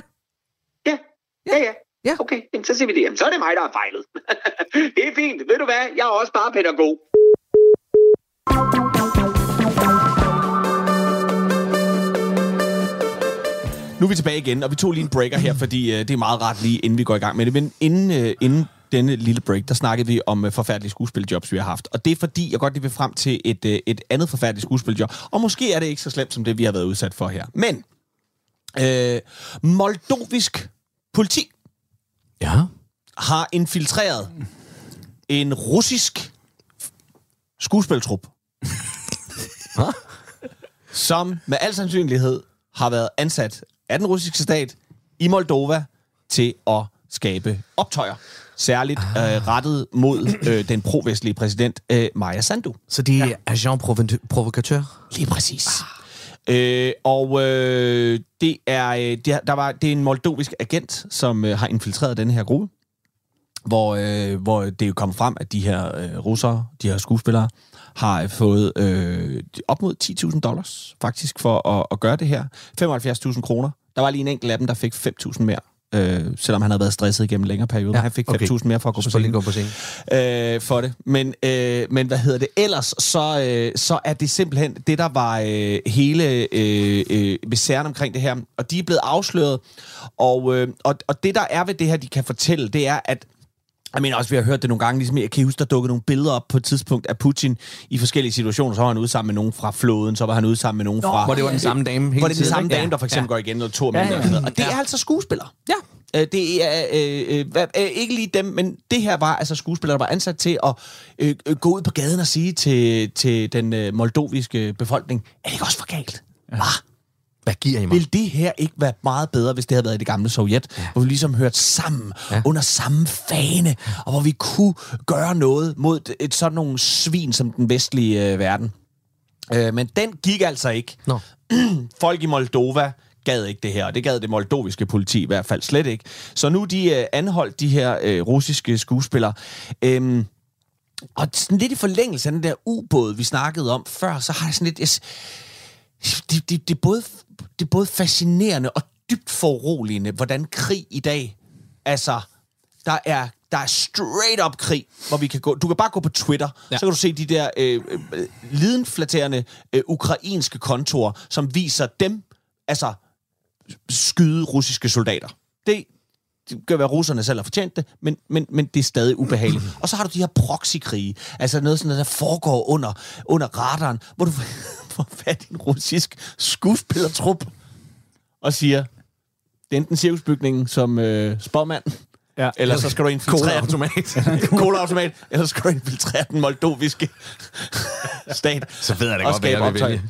[SPEAKER 10] Ja. Okay, jamen, så siger vi det. Jamen, så er det mig, der har fejlet. Det er fint. Ved du hvad? Jeg er også bare pædagog.
[SPEAKER 3] Nu er vi tilbage igen, og vi tog lige en breaker her, fordi det er meget ret lige, inden vi går i gang med det. Men inden denne lille break, der snakkede vi om forfærdelige skuespiljobs, vi har haft. Og det er fordi, jeg godt lige vil frem til et andet forfærdeligt skuespiljob. Og måske er det ikke så slemt, som det, vi har været udsat for her. Men moldovisk politi har infiltreret en russisk skuespiltrup, som med al sandsynlighed har været ansat af den russiske stat i Moldova til at skabe optøjer. Særligt rettet mod den pro-vestlige præsident Maia Sandu.
[SPEAKER 4] Så det er agent provokatør?
[SPEAKER 3] Lige præcis. Det er en moldovisk agent, som har infiltreret den her gruppe, hvor det er jo kommet frem, at de her russere, de her skuespillere, har fået op mod $10,000 faktisk for at gøre det her. 75.000 kroner. Der var lige en enkelt af dem, der fik 5.000 mere. Selvom han havde været stresset igennem en længere periode. Ja, han fik 5.000 mere for at gå på scenen. For det. Men hvad hedder det? Ellers så er det simpelthen det, der var hele misæren omkring det her. Og de er blevet afsløret. Og det, der er ved det her, de kan fortælle, det er, at jeg mener også, vi har hørt det nogle gange, ligesom jeg kan huske, der dukkede nogle billeder op på et tidspunkt af Putin i forskellige situationer. Så var han ude sammen med nogen fra flåden, så var han ude sammen med nogen fra...
[SPEAKER 4] Hvor det var den samme dame hele tiden.
[SPEAKER 3] Hvor det er den samme dame, der for eksempel går igen, eller to mænd. Og det er altså skuespillere. Ja. Det er ikke lige dem, men det her var altså skuespillere, der var ansat til at gå ud på gaden og sige til den moldoviske befolkning, er det ikke også for galt? Ja.
[SPEAKER 4] Hvad giver I mig?
[SPEAKER 3] Vil det her ikke være meget bedre, hvis det havde været i det gamle Sovjet, hvor vi ligesom hørte sammen under samme fane, og hvor vi kunne gøre noget mod et sådan nogle svin som den vestlige verden. Men den gik altså ikke. No. Folk i Moldova gad ikke det her, og det gad det moldoviske politi i hvert fald slet ikke. Så nu de anholdt de her russiske skuespillere. Og sådan lidt i forlængelse af den der ubåd, vi snakkede om før, så har jeg sådan lidt... Det er både fascinerende og dybt foruroligende, hvordan krig i dag, altså, der er straight up krig, hvor vi kan gå. Du kan bare gå på Twitter, så kan du se de der lidenflatterende ukrainske kontorer, som viser dem, altså, skyde russiske soldater. Det kan være, russerne selv har fortjent det, men det er stadig ubehageligt. Og så har du de her proxykrige, altså noget sådan, der foregår under radaren, hvor du får fat i en russisk skuespillertrup og siger, det er enten cirkusbygningen som spåmanden, eller så skal du infiltrere Cola-automat, eller så skal du infiltrere den moldoviske stat.
[SPEAKER 4] Så ved jeg det godt, hvad jeg vil vælge.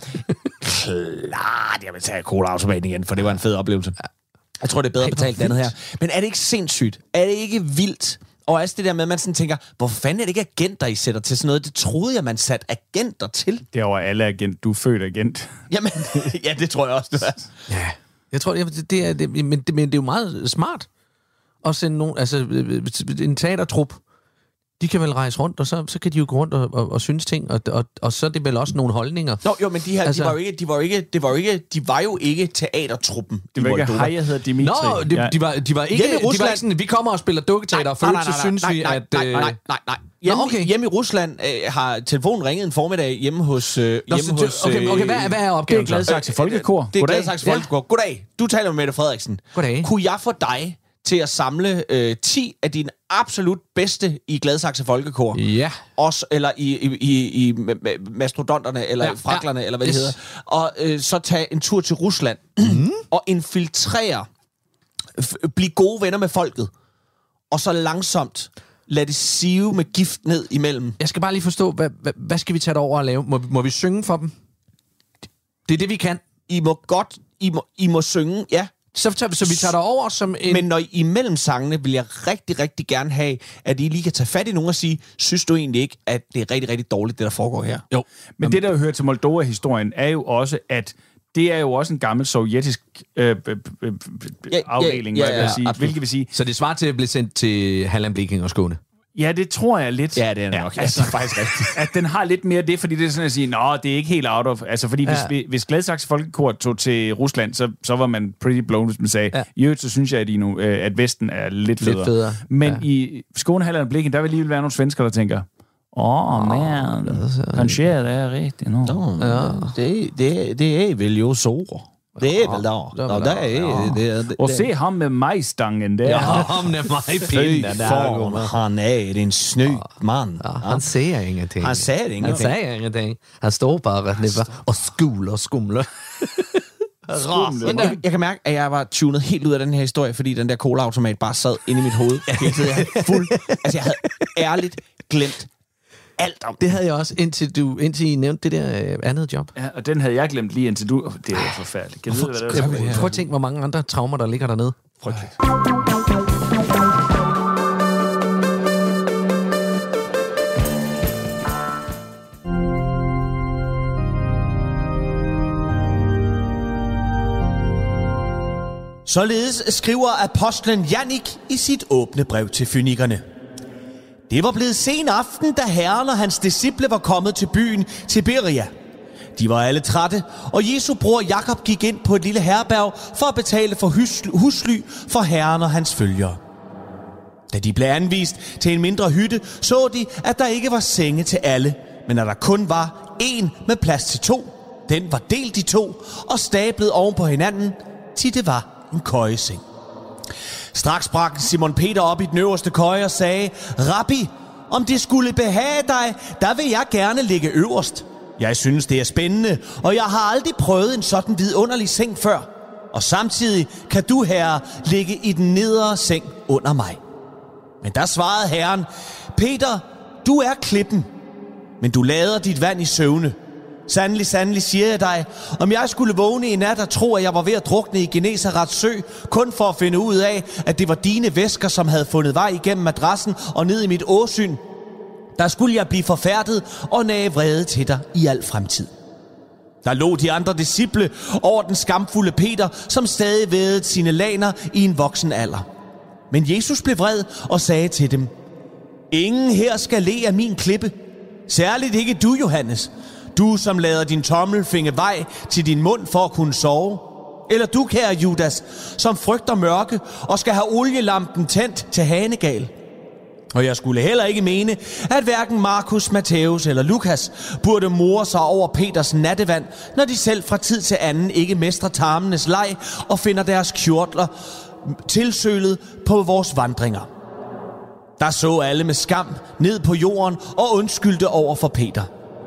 [SPEAKER 3] Klart, jeg vil tage Cola-automaten igen, for det var en fed oplevelse. Jeg tror, det er bedre betalt andet her. Men er det ikke sindssygt? Er det ikke vildt? Og altså det der med, at man sådan tænker, hvor fanden er det ikke agenter, I sætter til sådan noget? Det troede jeg, man satte agenter til.
[SPEAKER 5] Det er over alle agent. Du er født agent.
[SPEAKER 3] Jamen, ja, det tror jeg også, det er.
[SPEAKER 4] Ja, jeg tror, men det er jo meget smart at sende nogen, altså en teatertrup. De kan vel rejse rundt, og så kan de jo gå rundt og synes ting, og så er det vel også nogle holdninger.
[SPEAKER 3] Jo, men de her, altså, de var jo ikke teatertruppen.
[SPEAKER 5] Det var ikke hej, jeg hedder Dimitri.
[SPEAKER 4] Nå, de var ikke sådan, vi kommer og spiller dukketeater, og føler, så synes vi, at...
[SPEAKER 3] Nej. Hjemme i Rusland har telefonen ringet en formiddag hjemme hos...
[SPEAKER 4] Okay, hvad er opgaven?
[SPEAKER 5] Det er Gladsaxe Folkekor.
[SPEAKER 3] Det er Gladsaxe Folkekor. Goddag, du taler med Mette Frederiksen.
[SPEAKER 4] Goddag.
[SPEAKER 3] Kunne jeg få dig til at samle 10 af dine absolut bedste i Gladsaxe Folkekor?
[SPEAKER 4] Ja.
[SPEAKER 3] Også, eller i mastodonterne, eller fraklerne, eller hvad det hedder. Og så tage en tur til Rusland og infiltrere, blive gode venner med folket, og så langsomt lad det sive med gift ned imellem.
[SPEAKER 4] Jeg skal bare lige forstå, hvad skal vi tage over og lave? Må vi synge for dem? Det er det, vi kan.
[SPEAKER 3] I må synge, ja.
[SPEAKER 4] Så vi tager dig over som en...
[SPEAKER 3] Men når I imellem sangene vil jeg rigtig, rigtig gerne have, at I lige kan tage fat i nogen og sige, synes du egentlig ikke, at det er rigtig, rigtig dårligt, det der foregår her?
[SPEAKER 5] Jo. Men det, der jo hører til Moldova-historien, er jo også, at det er jo også en gammel sovjetisk afdeling, hvad jeg vil sige. Hvilket vil sige...
[SPEAKER 4] Så det svarer til at blive sendt til Halland, Blekinge og Skåne?
[SPEAKER 5] Ja, det tror jeg lidt.
[SPEAKER 3] Ja, det er nok.
[SPEAKER 5] Altså, det er faktisk rigtigt. At den har lidt mere det, fordi det er sådan at sige, nå, det er ikke helt out of... Altså, fordi hvis Gladsaxe Folkekor tog til Rusland, så var man pretty blown, hvis man sagde, i øvrigt, så synes jeg, at Vesten er lidt federe. Men i Skåne, Halland og Blekinge, der vil lige være nogle svensker, der tænker, man, kanskje det er rigtigt.
[SPEAKER 3] Det er vel jo så. Det er vel der.
[SPEAKER 5] Og se ham med majstangen der.
[SPEAKER 4] Ja, ham med majpinden der.
[SPEAKER 3] Han er en snø mand.
[SPEAKER 4] Ja, han ser ingenting.
[SPEAKER 3] Han ser ingenting.
[SPEAKER 4] Han står bare og skumler.
[SPEAKER 3] Jeg kan mærke, at jeg var tunet helt ud af den her historie, fordi den der cola-automat bare sad inde i mit hoved. Jeg havde ærligt glemt alt om.
[SPEAKER 4] Det havde jeg også, indtil I nævnte det der andet job.
[SPEAKER 5] Ja, og den havde jeg glemt lige indtil du... Det er forfærdeligt. Kan du vide, hvad det er?
[SPEAKER 4] Prøv at tænke, hvor mange andre traumer, der ligger dernede.
[SPEAKER 5] Frygteligt.
[SPEAKER 3] Således skriver apostlen Jannik i sit åbne brev til fynikerne. Det var blevet sen aften, da Herren og hans disciple var kommet til byen Tiberia. De var alle trætte, og Jesu bror Jakob gik ind på et lille herberg for at betale for husly for Herren og hans følgere. Da de blev anvist til en mindre hytte, så de, at der ikke var senge til alle, men at der kun var én med plads til 2. Den var delt i 2 og stablet oven på hinanden, til det var en køjeseng. Straks bragte Simon Peter op i den øverste køje og sagde, Rabbi, om det skulle behage dig, der vil jeg gerne ligge øverst. Jeg synes, det er spændende, og jeg har aldrig prøvet en sådan vidunderlig seng før. Og samtidig kan du, herre, ligge i den nedre seng under mig. Men der svarede Herren, Peter, du er klippen, men du lader dit vand i søvne. Sandelig siger jeg dig, om jeg skulle vågne i nat og tro, at jeg var ved at drukne i Genesarets sø, kun for at finde ud af, at det var dine væsker, som havde fundet vej igennem madrassen og ned i mit åsyn, der skulle jeg blive forfærdet og nage vrede til dig i al fremtid. Der lå de andre disciple over den skamfulde Peter, som stadig vædede sine laner i en voksen alder. Men Jesus blev vred og sagde til dem, ingen her skal le af min klippe, særligt ikke du, Johannes. Du, som lader din tommelfinger vej til din mund for at kunne sove. Eller du, kære Judas, som frygter mørke og skal have olielampen tændt til hanegal. Og jeg skulle heller ikke mene, at hverken Markus, Matthæus eller Lukas burde more sig over Peters nattevand, når de selv fra tid til anden ikke mestrer tarmenes leg og finder deres kjortler tilsølet på vores vandringer. Der så alle med skam ned på jorden og undskyldte over for Peter.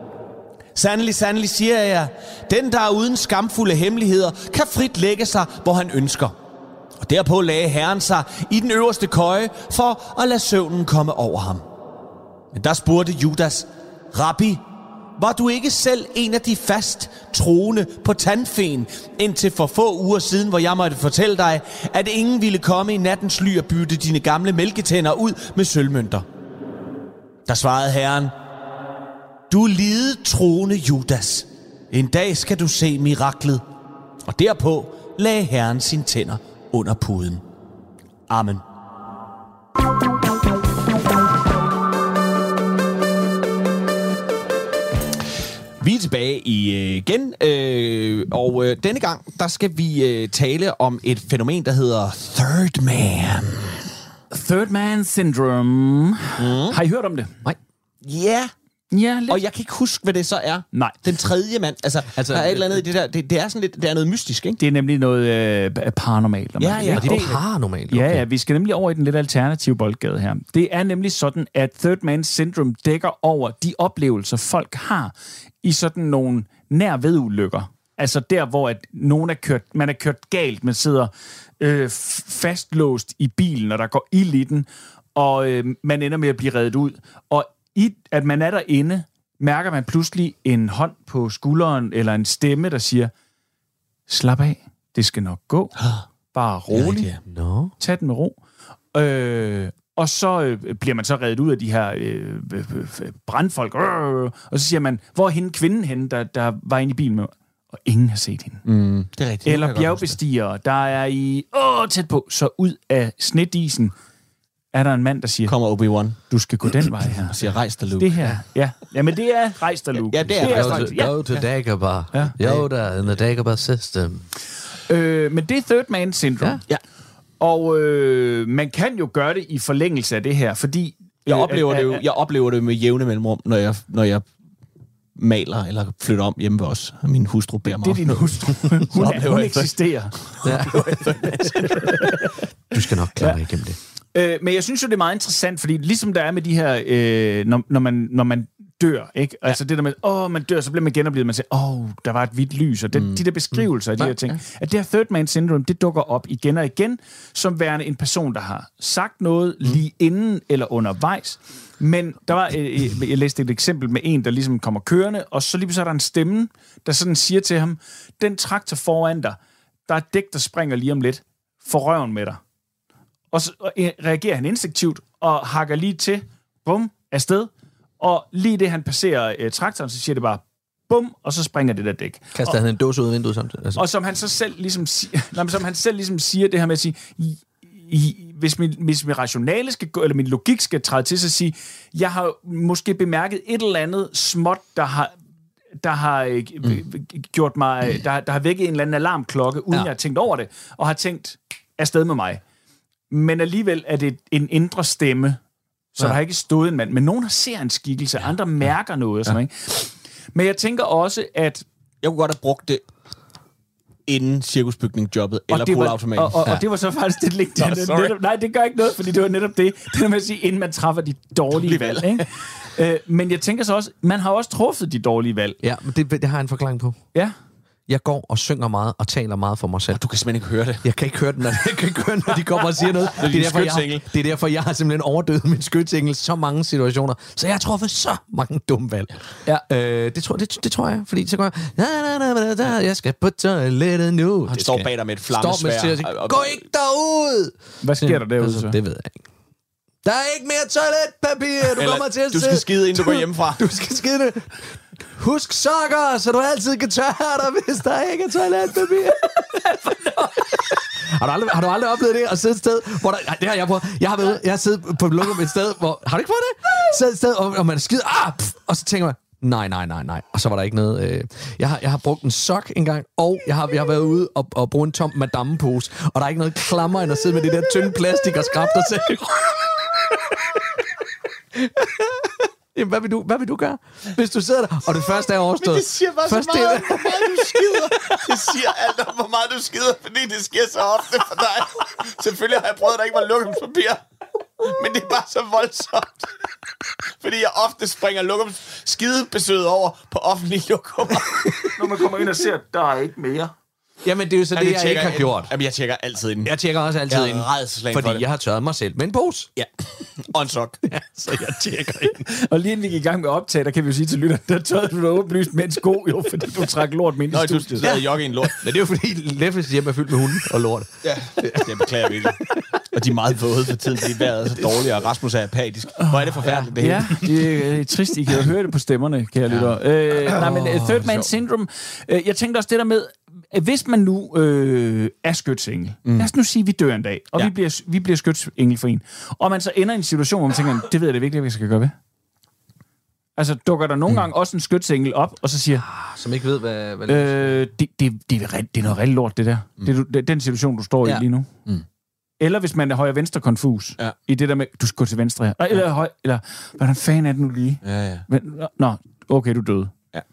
[SPEAKER 3] Sandelig siger jeg, den der er uden skamfulde hemmeligheder, kan frit lægge sig, hvor han ønsker. Og derpå lagde Herren sig i den øverste køje, for at lade søvnen komme over ham. Men der spurgte Judas, Rabbi, var du ikke selv en af de fast troende på tandfen, indtil for få uger siden, hvor jeg måtte fortælle dig, at ingen ville komme i nattens ly og bytte dine gamle mælketænder ud med sølvmønter? Der svarede Herren, du lidet troende Judas, en dag skal du se miraklet. Og derpå lagde Herren sine tænder under puden. Amen. Vi er tilbage igen, og denne gang, der skal vi tale om et fænomen, der hedder Third Man.
[SPEAKER 5] Third Man Syndrome. Har I hørt om det?
[SPEAKER 3] Nej. Ja.
[SPEAKER 5] Ja, lidt.
[SPEAKER 3] Og jeg kan ikke huske, hvad det så er.
[SPEAKER 5] Nej.
[SPEAKER 3] Den tredje mand. Altså der er et eller andet i det der. Det er sådan lidt, det er noget mystisk, ikke?
[SPEAKER 5] Det er nemlig noget paranormalt.
[SPEAKER 3] Ja.
[SPEAKER 4] Og det er paranormalt.
[SPEAKER 5] Okay. Ja, vi skal nemlig over i den lidt alternative boldgade her. Det er nemlig sådan, at Third Man Syndrome dækker over de oplevelser, folk har i sådan nogle nær vedulykker. Altså der, hvor at man er kørt galt, man sidder fastlåst i bilen, og der går ild i den, og man ender med at blive reddet ud. Og i at man er derinde, mærker man pludselig en hånd på skulderen, eller en stemme, der siger, slap af, det skal nok gå. Bare rolig. Tag den med ro. Og så bliver man så reddet ud af de her brandfolk. Og så siger man, hvor er hende kvinden henne, der var inde i bilen med? Og ingen har set hende.
[SPEAKER 3] Det er rigtigt.
[SPEAKER 5] Eller bjergbestigere, der er i tæt på, så ud af snedisen er der en mand, der siger,
[SPEAKER 3] kommer Obi-Wan.
[SPEAKER 5] Du skal gå den vej her.
[SPEAKER 3] Og siger, rejs dig, Luke.
[SPEAKER 5] Det her, ja. Jamen, det er rejs dig, Luke.
[SPEAKER 3] Ja, det er
[SPEAKER 4] Go to Dagobah. Yoda in the Dagobah system.
[SPEAKER 5] Men det er Third Man Syndrome.
[SPEAKER 3] Ja.
[SPEAKER 5] Og man kan jo gøre det i forlængelse af det her, fordi...
[SPEAKER 3] Jeg oplever det med jævne mellemrum, når jeg maler eller flytter om hjemme ved os. Min hustru beder mig.
[SPEAKER 5] Det er din hustru. Hun eksisterer. Ja.
[SPEAKER 4] Du skal nok klare dig igennem det.
[SPEAKER 5] Men jeg synes jo, det er meget interessant, fordi ligesom der er med de her, når man dør, ikke? Altså det der med, man dør, så bliver man genoplevet, man siger, der var et hvidt lys, og de der beskrivelser af de her ting. At det her third man syndrome, det dukker op igen og igen, som værende en person, der har sagt noget lige inden eller undervejs. Men der var, jeg læste et eksempel med en, der ligesom kommer kørende, og så lige så er der en stemme, der sådan siger til ham, den traktor foran dig, der er et dæk, der springer lige om lidt, for røven med dig. Og så reagerer han instinktivt og hakker lige til, bum, afsted. Og lige det, han passerer traktoren, så siger det bare, bum, og så springer det der dæk.
[SPEAKER 4] Kaster han en dåse ud af vinduet samtidig? Altså.
[SPEAKER 5] Og som han så selv ligesom siger, det her med at sige, hvis min rationale skal gå, eller min logik skal træde til, så sige, jeg har måske bemærket et eller andet småt, der har gjort mig, der har vækket en eller anden alarmklokke, uden jeg har tænkt over det, og har tænkt afsted med mig. Men alligevel er det en indre stemme, så der har ikke stået en mand. Men nogen ser en skikkelse, andre mærker noget. Sådan, ikke? Men jeg tænker også, at
[SPEAKER 3] jeg kunne godt have brugt det inden cirkusbygning-jobbet, eller poleautomaten.
[SPEAKER 5] Og det var så faktisk det link. Nej, det gør ikke noget, fordi det var netop det. Det er med at sige, inden man træffer de dårlige valg. Ikke? Men jeg tænker så også, man har også truffet de dårlige valg.
[SPEAKER 4] Ja, men det har jeg en forklaring på.
[SPEAKER 5] Ja.
[SPEAKER 4] Jeg går og synger meget og taler meget for mig selv.
[SPEAKER 3] Og du kan simpelthen ikke høre det.
[SPEAKER 4] Jeg kan ikke høre det, når de kommer og siger noget. Det er derfor, jeg har simpelthen overdøvet min skytsengel så mange situationer. Så jeg har truffet så mange dumme valg.
[SPEAKER 5] Ja.
[SPEAKER 4] Det tror jeg. Fordi så går jeg, jeg skal på toilettet nu.
[SPEAKER 3] Han står bag dig med et flammesværd.
[SPEAKER 4] Gå ikke derud!
[SPEAKER 5] Hvad sker der derude så?
[SPEAKER 4] Det ved jeg ikke. Der er ikke mere toiletpapir. Du kommer til at
[SPEAKER 3] du skal skide, inden du går hjemmefra.
[SPEAKER 4] Du skal skide det. Husk sokker, så du altid kan tørre dig, hvis der ikke er toiletpapir. Har du aldrig oplevet det at sidde et sted, hvor der... Det har jeg prøvet. Jeg har siddet på et sted, hvor... Har du ikke prøvet det? Siddet et sted, og man er skide... og så tænker man... Nej. Og så var der ikke noget... Jeg har brugt en sok engang, og jeg har været ude og brugt en tom madamepose, og der er ikke noget klammer end at sidde med det der tynde plastik og skrabe dig selv. Jamen, hvad vil du gøre, hvis du sidder der, og det første er overstået?
[SPEAKER 3] Men det siger bare så meget om, hvor meget du skider. Det siger alt om, hvor meget du skider, fordi det sker så ofte for dig. Selvfølgelig har jeg prøvet, at der ikke var lokumspapir. Men det er bare så voldsomt. Fordi jeg ofte springer skidebesøget over på offentlige lokummer.
[SPEAKER 5] Når man kommer ind og ser, der er ikke mere.
[SPEAKER 4] Jamen, det er jo så det, jeg ikke har gjort.
[SPEAKER 3] Jamen, jeg tjekker altid ind.
[SPEAKER 4] Jeg tjekker også altid ind, fordi jeg har tørret mig selv med en pose.
[SPEAKER 3] Ja, og en sok.
[SPEAKER 4] Ja, så jeg tjekker ind.
[SPEAKER 5] Og lige inden vi gik i gang med optag, der kan vi jo sige til lytteren, der tørrede du dig åbenlyst med en sko, jo, fordi du trak lort med ind i studiet.
[SPEAKER 3] Du havde jogge i en lort.
[SPEAKER 4] Men det er jo fordi, Leffels hjem er fyldt med hunde og lort.
[SPEAKER 3] Ja, det beklager virkelig. Og de er meget våde for tiden, fordi vejret er så dårligt, og Rasmus er apatisk. Hvor er det forfærdeligt, det hele.
[SPEAKER 5] Ja, det er trist. I kan jo høre det på stemmerne, kære lytter. Nej, men third man syndrome. Jeg tænkte også det der med, hvis man nu er skytsengel, lad os nu sige, at vi dør en dag, og vi bliver skytsengel for en, og man så ender i en situation, hvor man tænker, det ved jeg det virkelig, hvad jeg skal gøre ved. Altså, dukker der nogle gange også en skytsengel op, og så siger...
[SPEAKER 4] Som ikke ved, hvad
[SPEAKER 5] det er noget rigtig lort, det der. Det er den situation, du står i lige nu. Eller hvis man er højre-venstre konfus, i det der med, du skal gå til venstre her. Eller hvordan fanden er det nu lige?
[SPEAKER 3] Ja.
[SPEAKER 5] Nå, okay, du døde.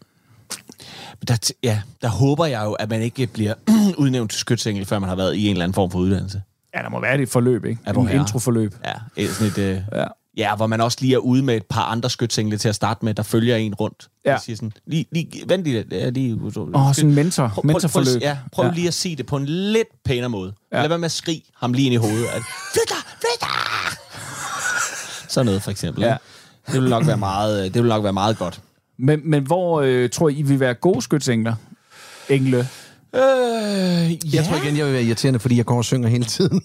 [SPEAKER 3] Der håber jeg jo, at man ikke bliver udnævnt til skytsengel, før man har været i en eller anden form for uddannelse.
[SPEAKER 5] Ja, der må være et forløb, ikke? En introforløb.
[SPEAKER 3] Ja, sådan et, hvor man også lige er ude med et par andre skytsengle til at starte med, der følger en rundt.
[SPEAKER 5] Ja.
[SPEAKER 3] Siger sådan, vent lige.
[SPEAKER 5] Sådan en mentorforløb.
[SPEAKER 3] Prøv lige at sige det på en lidt pænere måde. Lad være med at skrige ham lige ind i hovedet. Flyt dig! Sådan noget, for eksempel. Ja. Det vil nok være meget godt.
[SPEAKER 5] Men hvor tror I vil være gode skytsengler? Engle?
[SPEAKER 4] Jeg tror igen, jeg vil være irriterende, fordi jeg går og synger hele tiden.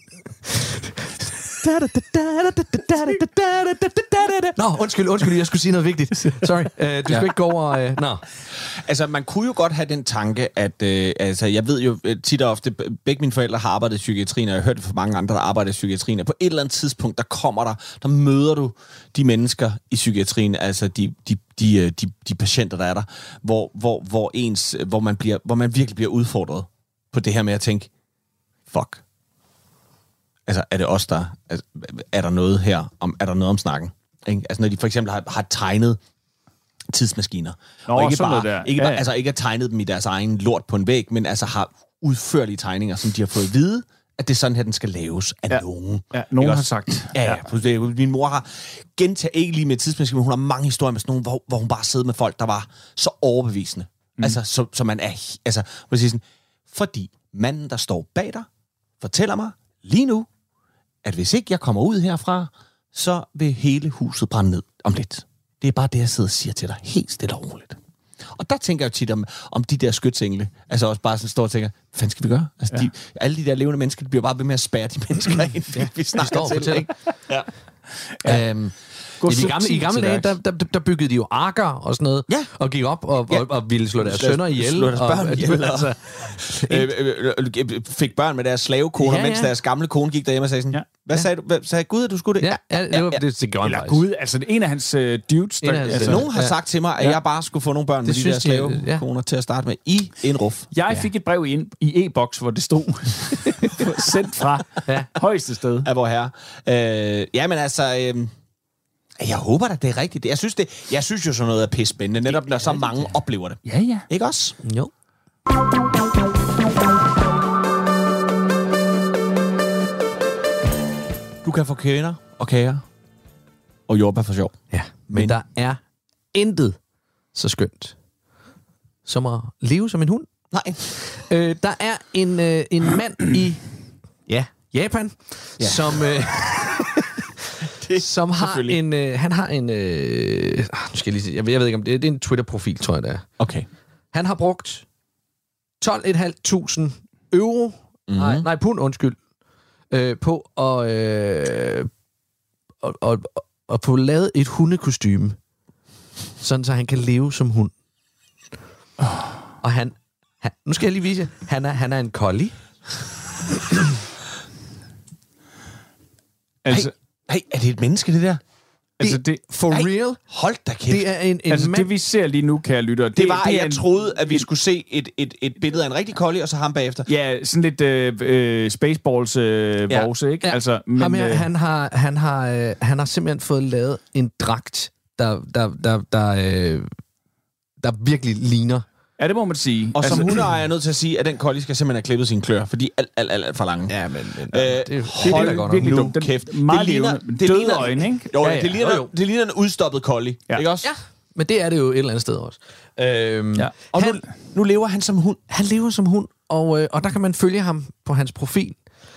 [SPEAKER 4] Nå, undskyld, jeg skulle sige noget vigtigt. Sorry, du skal ikke gå over... Nå.
[SPEAKER 3] Altså, man kunne jo godt have den tanke, at... jeg ved jo tit og ofte, begge mine forældre har arbejdet i psykiatrien, og jeg har hørt det fra mange andre, der arbejder i psykiatrien, og på et eller andet tidspunkt, der møder du de mennesker i psykiatrien, altså de patienter, der er der, hvor man virkelig bliver udfordret på det her med at tænke, fuck. Altså, er det os, der... Altså, er der noget her? Er der noget om snakken? Ikke? Altså, når de for eksempel har tegnet tidsmaskiner.
[SPEAKER 5] Nå,
[SPEAKER 3] og ikke
[SPEAKER 5] sådan
[SPEAKER 3] bare,
[SPEAKER 5] noget der.
[SPEAKER 3] ikke bare, altså ikke har tegnet dem i deres egen lort på en væg, men altså har udførlige tegninger, som de har fået at vide, at det er sådan her, den skal laves af nogen.
[SPEAKER 5] Ja, nogen har sagt.
[SPEAKER 3] Ja. Min mor har gentaget, ikke lige med tidsmaskiner, men hun har mange historier med sådan nogle, hvor hun bare sidder med folk, der var så overbevisende. Altså, så man er... Altså, fordi manden, der står bag dig, fortæller mig lige nu, at hvis ikke jeg kommer ud herfra, så vil hele huset brænde ned om lidt. Det er bare det, jeg sidder og siger til dig, helt stille og roligt. Og der tænker jeg jo tit om de der skytsengle. Altså også bare sådan står og tænker, hvad fanden skal vi gøre? Altså, alle de der levende mennesker, de bliver bare ved med at spærre de mennesker ind, vi snakker til. Ikke? Ja.
[SPEAKER 4] I gamle dage, der byggede de jo arker og sådan noget, og gik op og ville slå deres sønner ihjel.
[SPEAKER 3] Slå deres børn ihjel. Fik børn med deres slavekoner, mens deres gamle kone gik derhjemme og sagde sådan, hvad sagde du? Sagde Gud, at du skulle det?
[SPEAKER 4] Det gjorde han faktisk.
[SPEAKER 5] Gud, altså en af hans dudes.
[SPEAKER 3] Nogen har sagt til mig, at jeg bare skulle få nogle børn med de der slavekoner til at starte med i en ruf.
[SPEAKER 5] Jeg fik et brev ind i e-boks, hvor det stod sendt fra højeste sted.
[SPEAKER 3] Af vor herre. Jamen altså... Jeg håber da, det er rigtigt. Jeg synes jo sådan noget er pissespændende, netop når så mange oplever det.
[SPEAKER 5] Ja.
[SPEAKER 3] Ikke også?
[SPEAKER 4] Jo.
[SPEAKER 3] Du kan få kender og kager og jordbær for sjov.
[SPEAKER 4] Ja, men der er intet så skønt som at leve som en hund.
[SPEAKER 3] Nej.
[SPEAKER 4] Der er en mand i Japan, som... som har han har en... nu skal jeg lige se, jeg ved ikke om det er en Twitter-profil, tror jeg det er.
[SPEAKER 3] Okay. Han
[SPEAKER 4] har brugt 12.500 euro, nej, pund, undskyld, på at få lavet et hundekostyme, sådan så han kan leve som hund. Og han nu skal jeg lige vise, han er en collie.
[SPEAKER 3] Altså... Hey, er det et menneske, det der?
[SPEAKER 5] Altså det
[SPEAKER 4] for real?
[SPEAKER 3] Hold da kæft.
[SPEAKER 4] Det er en
[SPEAKER 5] altså
[SPEAKER 4] mand.
[SPEAKER 5] Det vi ser lige nu, kære lytter,
[SPEAKER 3] det var, at jeg troede, at vi skulle se et billede af en rigtig collie, og så ham bagefter.
[SPEAKER 5] Ja, sådan lidt Spaceballs vorse, ikke?
[SPEAKER 4] Ja.
[SPEAKER 5] Altså, men,
[SPEAKER 4] ham her, han har simpelthen fået lavet en dragt, der virkelig ligner.
[SPEAKER 5] Ja, det må man sige.
[SPEAKER 3] Og som hundeejer er jeg nødt til at sige, at den collie skal simpelthen have klippet sine klør, for de er alt for lange.
[SPEAKER 4] Ja, men
[SPEAKER 5] det er godt virkelig dumt.
[SPEAKER 3] Kæft.
[SPEAKER 5] Meget døde øjne, ikke?
[SPEAKER 3] Jo, det ligner en udstoppet collie, ikke også?
[SPEAKER 4] Ja, men det er det jo et eller andet sted også.
[SPEAKER 3] Og nu lever han som hund.
[SPEAKER 4] Han lever som hund, og der kan man følge ham på hans profil.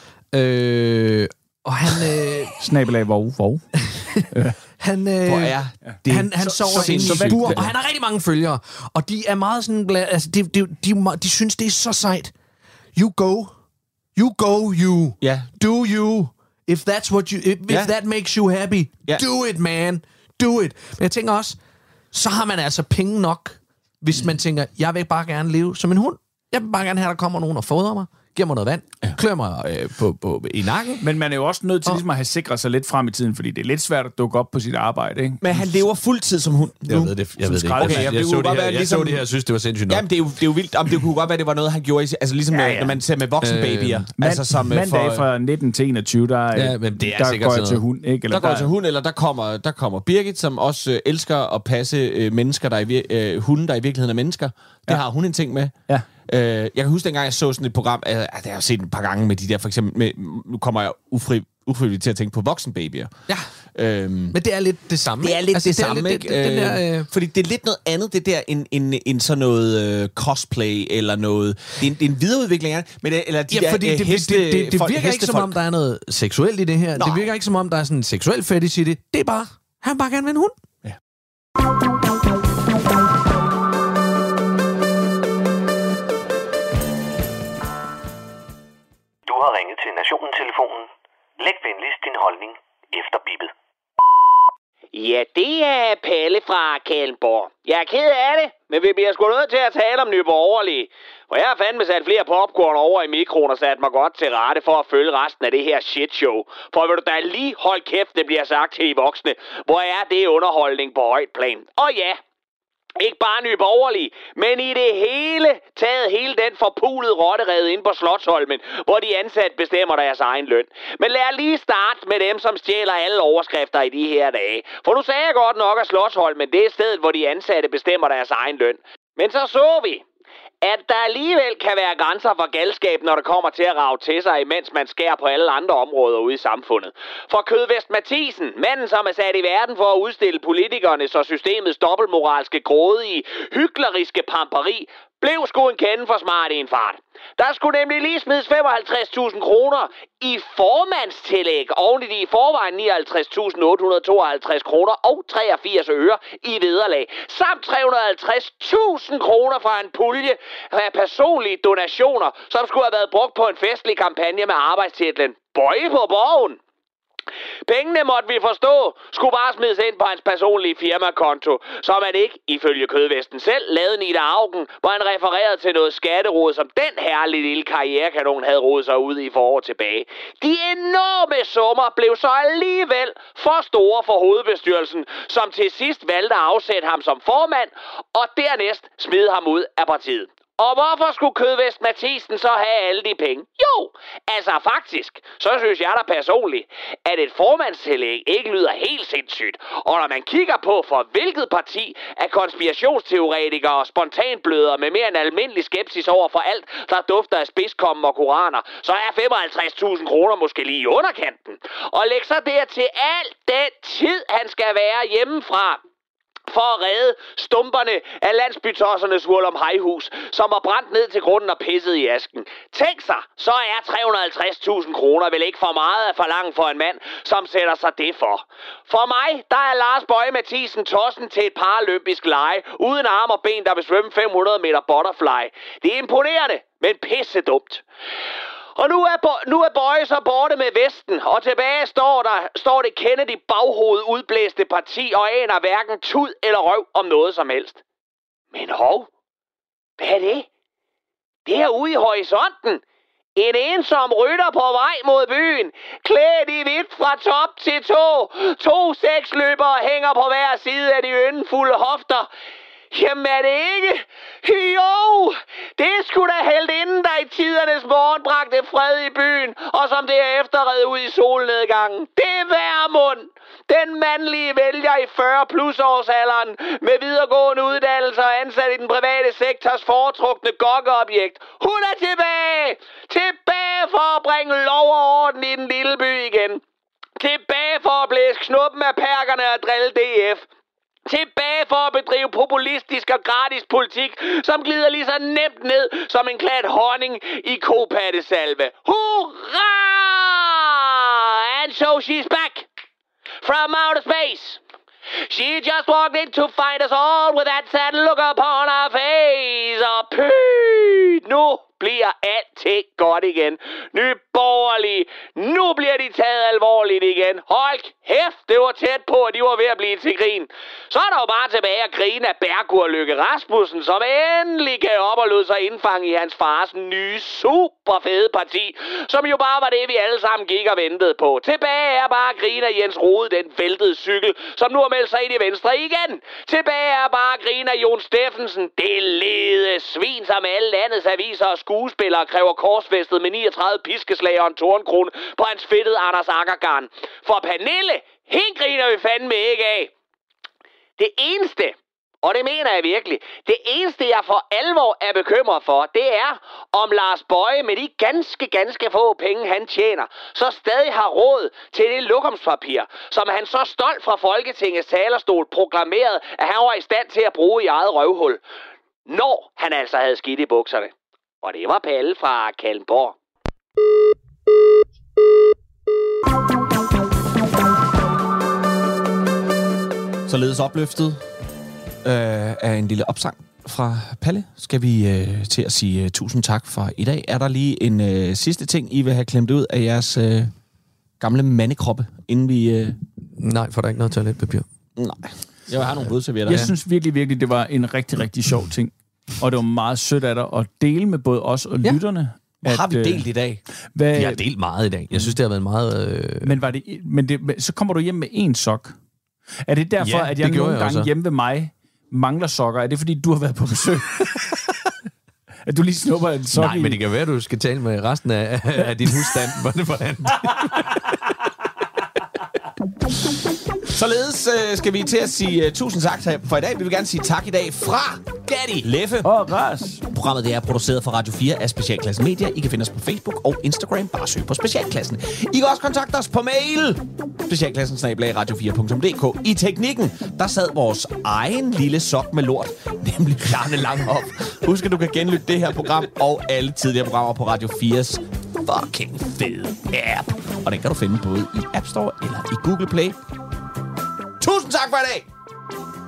[SPEAKER 4] Og han...
[SPEAKER 5] Snabelag vov.
[SPEAKER 4] Han sover inde i bur, og han har rigtig mange følgere. Og de er meget sådan... Altså, de synes, det er så sejt. You go. Yeah. Do you. If that's what you... If that makes you happy. Yeah. Do it, man. Do it. Men jeg tænker også, så har man altså penge nok, hvis man tænker, jeg vil bare gerne leve som en hund. Jeg vil bare gerne have, der kommer nogen og fodrer mig. Giver mig noget vand, klør mig i nakken.
[SPEAKER 5] Men man er jo også nødt til ligesom at have sikret sig lidt frem i tiden, fordi det er lidt svært at dukke op på sit arbejde, ikke?
[SPEAKER 3] Men han lever fuldtid som hund.
[SPEAKER 4] Jeg ved det ikke.
[SPEAKER 3] Okay,
[SPEAKER 4] jeg så det her og synes, det var sindssygt nok.
[SPEAKER 3] Jamen, det er jo vildt. Det kunne godt være, det var noget, han gjorde. Altså ligesom når man ser med voksenbabyer. Altså som
[SPEAKER 5] mandag fra 19 til 21, der går jeg til hund, ikke?
[SPEAKER 3] Eller der går jeg til hund, eller der kommer Birgit, som også elsker at passe mennesker, hunde, der i virkeligheden er mennesker. Det har hun en ting med.
[SPEAKER 5] Ja.
[SPEAKER 3] Jeg kan huske, dengang jeg så sådan et program, det har jeg set et par gange med de der, for eksempel, nu kommer jeg ufrivilligt til at tænke på voksenbabyer.
[SPEAKER 4] Ja, men det er lidt det samme.
[SPEAKER 3] Det er lidt det samme, ikke? Fordi det er lidt noget andet, det der, end sådan noget cosplay, eller noget... Det er en videreudvikling af det, eller de
[SPEAKER 4] fordi det virker ikke som om, der er noget seksuelt i det her. Nå. Det virker ikke som om, der er sådan en seksuel fetish i det. Det er bare, han vil bare gerne være en hund.
[SPEAKER 3] Ja.
[SPEAKER 11] Du har ringet til Nationen-telefonen. Læg venligst din holdning efter bippet.
[SPEAKER 9] Ja, det er Palle fra Kalmborg. Jeg er ked af det, men vi bliver sgu nødt til at tale om Nye Borgerlige. For jeg har fandme sat flere popcorn over i mikroen og sat mig godt til rette for at følge resten af det her shitshow. For vil du da lige holde kæft, det bliver sagt til de voksne. Hvor er det underholdning på højt plan? Og ja, Ikke bare Nye Borgerlige, men i det hele taget hele den forpulede rotterede inde på Slotsholmen, hvor de ansatte bestemmer deres egen løn. Men lad lige starte med dem, som stjæler alle overskrifter i de her dage. For nu sagde jeg godt nok, at Slotsholmen det er stedet, hvor de ansatte bestemmer deres egen løn. Men så vi, at der alligevel kan være grænser for galskab, når det kommer til at rage til sig, imens man skærer på alle andre områder ude i samfundet. For Kødvest Mathisen, manden som er sat i verden for at udstille politikernes og systemets dobbeltmoralske, grådige, hykleriske pamperi, blev sgu en kende for smart i en fart. Der skulle nemlig lige smides 55.000 kroner i formandstillæg oven i de i forvejen 59.852 kroner og 83 øre i vederlag. Samt 350.000 kroner fra en pulje af personlige donationer, som skulle have været brugt på en festlig kampagne med arbejdstitlen Bøje på borgen. Pengene, måtte vi forstå, skulle bare smides ind på hans personlige firmakonto, som han ikke, ifølge Kødvesten selv, lavede Nida Augen, hvor han refererede til noget skatterod, som den herlige lille karrierekanon havde rodet sig ud i for år tilbage. De enorme summer blev så alligevel for store for hovedbestyrelsen, som til sidst valgte at afsætte ham som formand, og dernæst smide ham ud af partiet. Og hvorfor skulle Kødvest Mathisen så have alle de penge? Jo, altså faktisk, så synes jeg da personligt, at et formandstillæg ikke lyder helt sindssygt. Og når man kigger på, for hvilket parti af konspirationsteoretikere og spontanbløder med mere end almindelig skepsis over for alt, der dufter af spidskommen og koraner, så er 55.000 kroner måske lige i underkanten. Og læg så dertil al den tid, han skal være hjemmefra for at redde stumperne af landsbytossernes Hurlum Hejhus, som var brændt ned til grunden og pisset i asken. Tænk sig, så er 350.000 kroner vel ikke for meget at forlange for en mand, som sætter sig det for. For mig, der er Lars Boje Mathisen tossen til et paralympisk lege, uden arm og ben, der vil svømme 500 meter butterfly. Det er imponerende, men pisse dumt. Og nu er Bøje så borte med Vesten, og tilbage står det Kennedy baghoved udblæste parti og aner hverken tud eller røv om noget som helst. Men hov, hvad er det? Det er ude i horisonten. En ensom rytter på vej mod byen, klædt i hvidt fra top til tå. 2 seksløbere hænger på hver side af de yndefulde hofter. Jamen er det ikke? Jo, det er sgu da heldinden, der i tidernes morgen bragte fred i byen, og som derefter red ud i solnedgangen. Det er Værmund, den mandlige vælger i 40-plus-årsalderen, med videregående uddannelse og ansat i den private sektors foretrukne gokkeobjekt. Hun er tilbage! Tilbage for at bringe lov og orden i den lille by igen. Tilbage for at blæse knuppen af perkerne og drille DF. Tilbage for at bedrive populistisk og gratis politik, som glider lige så nemt ned som en klat honning i kopattesalve. Hurra! And so she's back from outer space. She just walked in to find us all with that sad look upon her face. Og pyt, nu bliver alting godt igen. Nye Borgerlige, nu bliver de taget alvorligt igen. Hold kæft, det var tæt på, at de var ved at blive til grin. Så er der jo bare tilbage at grine af Bergur Løkke Rasmussen, som endelig gav op og lod sig indfange i hans fars nye super fede parti, som jo bare var det, vi alle sammen gik og ventede på. Tilbage er bare at grine af Jens Rode, den væltede cykel, som nu har meldt sig ind i Venstre igen. Tilbage er bare at grine af Jon Steffensen, det lede svin, som alle landets aviser og skuespillere kræver korsfæstet med 39 piskeslag og en tornkrone på hans fedtede Anders Aggergarn. For Pernille, hende griner vi fandme ikke af. Det eneste, og det mener jeg virkelig, det eneste jeg for alvor er bekymret for, det er, om Lars Boje med de ganske få penge han tjener, så stadig har råd til det lokumspapir, som han så stolt fra Folketingets talerstol proklamerede, at han var i stand til at bruge i eget røvhul, når han altså havde skidt i bukserne. Og det var Palle fra Kalmborg.
[SPEAKER 3] Således opløftet af en lille opsang fra Palle, skal vi til at sige tusind tak for i dag. Er der lige en sidste ting, I vil have klemt ud af jeres gamle mandekroppe, inden vi...
[SPEAKER 4] Nej, for der er ikke noget toiletpapir.
[SPEAKER 3] Nej. Jeg vil have nogle blodservietter.
[SPEAKER 5] Jeg synes virkelig, det var en rigtig sjov ting. Og det var meget sødt af dig at dele med både os og lytterne.
[SPEAKER 3] Hvad har vi delt i dag?
[SPEAKER 4] Vi har delt meget i dag. Jeg synes, det har været meget...
[SPEAKER 5] Men så kommer du hjem med 1 sok. Er det derfor, at jeg nogle gange hjemme ved mig mangler sokker? Er det, fordi du har været på besøg? At du lige snupper en sok?
[SPEAKER 4] Nej, men det kan være, at du skal tale med resten af din husstand. Hvordan?
[SPEAKER 3] Således skal vi til at sige tusind tak for i dag. Vi vil gerne sige tak i dag fra Gatti, Leffe
[SPEAKER 5] og Ras.
[SPEAKER 3] Programmet det er produceret for Radio 4 af Specialklassen Media. I kan finde os på Facebook og Instagram. Bare søg på Specialklassen. I kan også kontakte os på mail. specialklassen@radio4.dk. I teknikken, der sad vores egen lille sok med lort, nemlig Bjarne Langhoff. Husk, at du kan genlytte det her program og alle tidligere programmer på Radio 4's fucking fede app. Og den kan du finde både i App Store eller i Google Play. Tusind tak for i dag!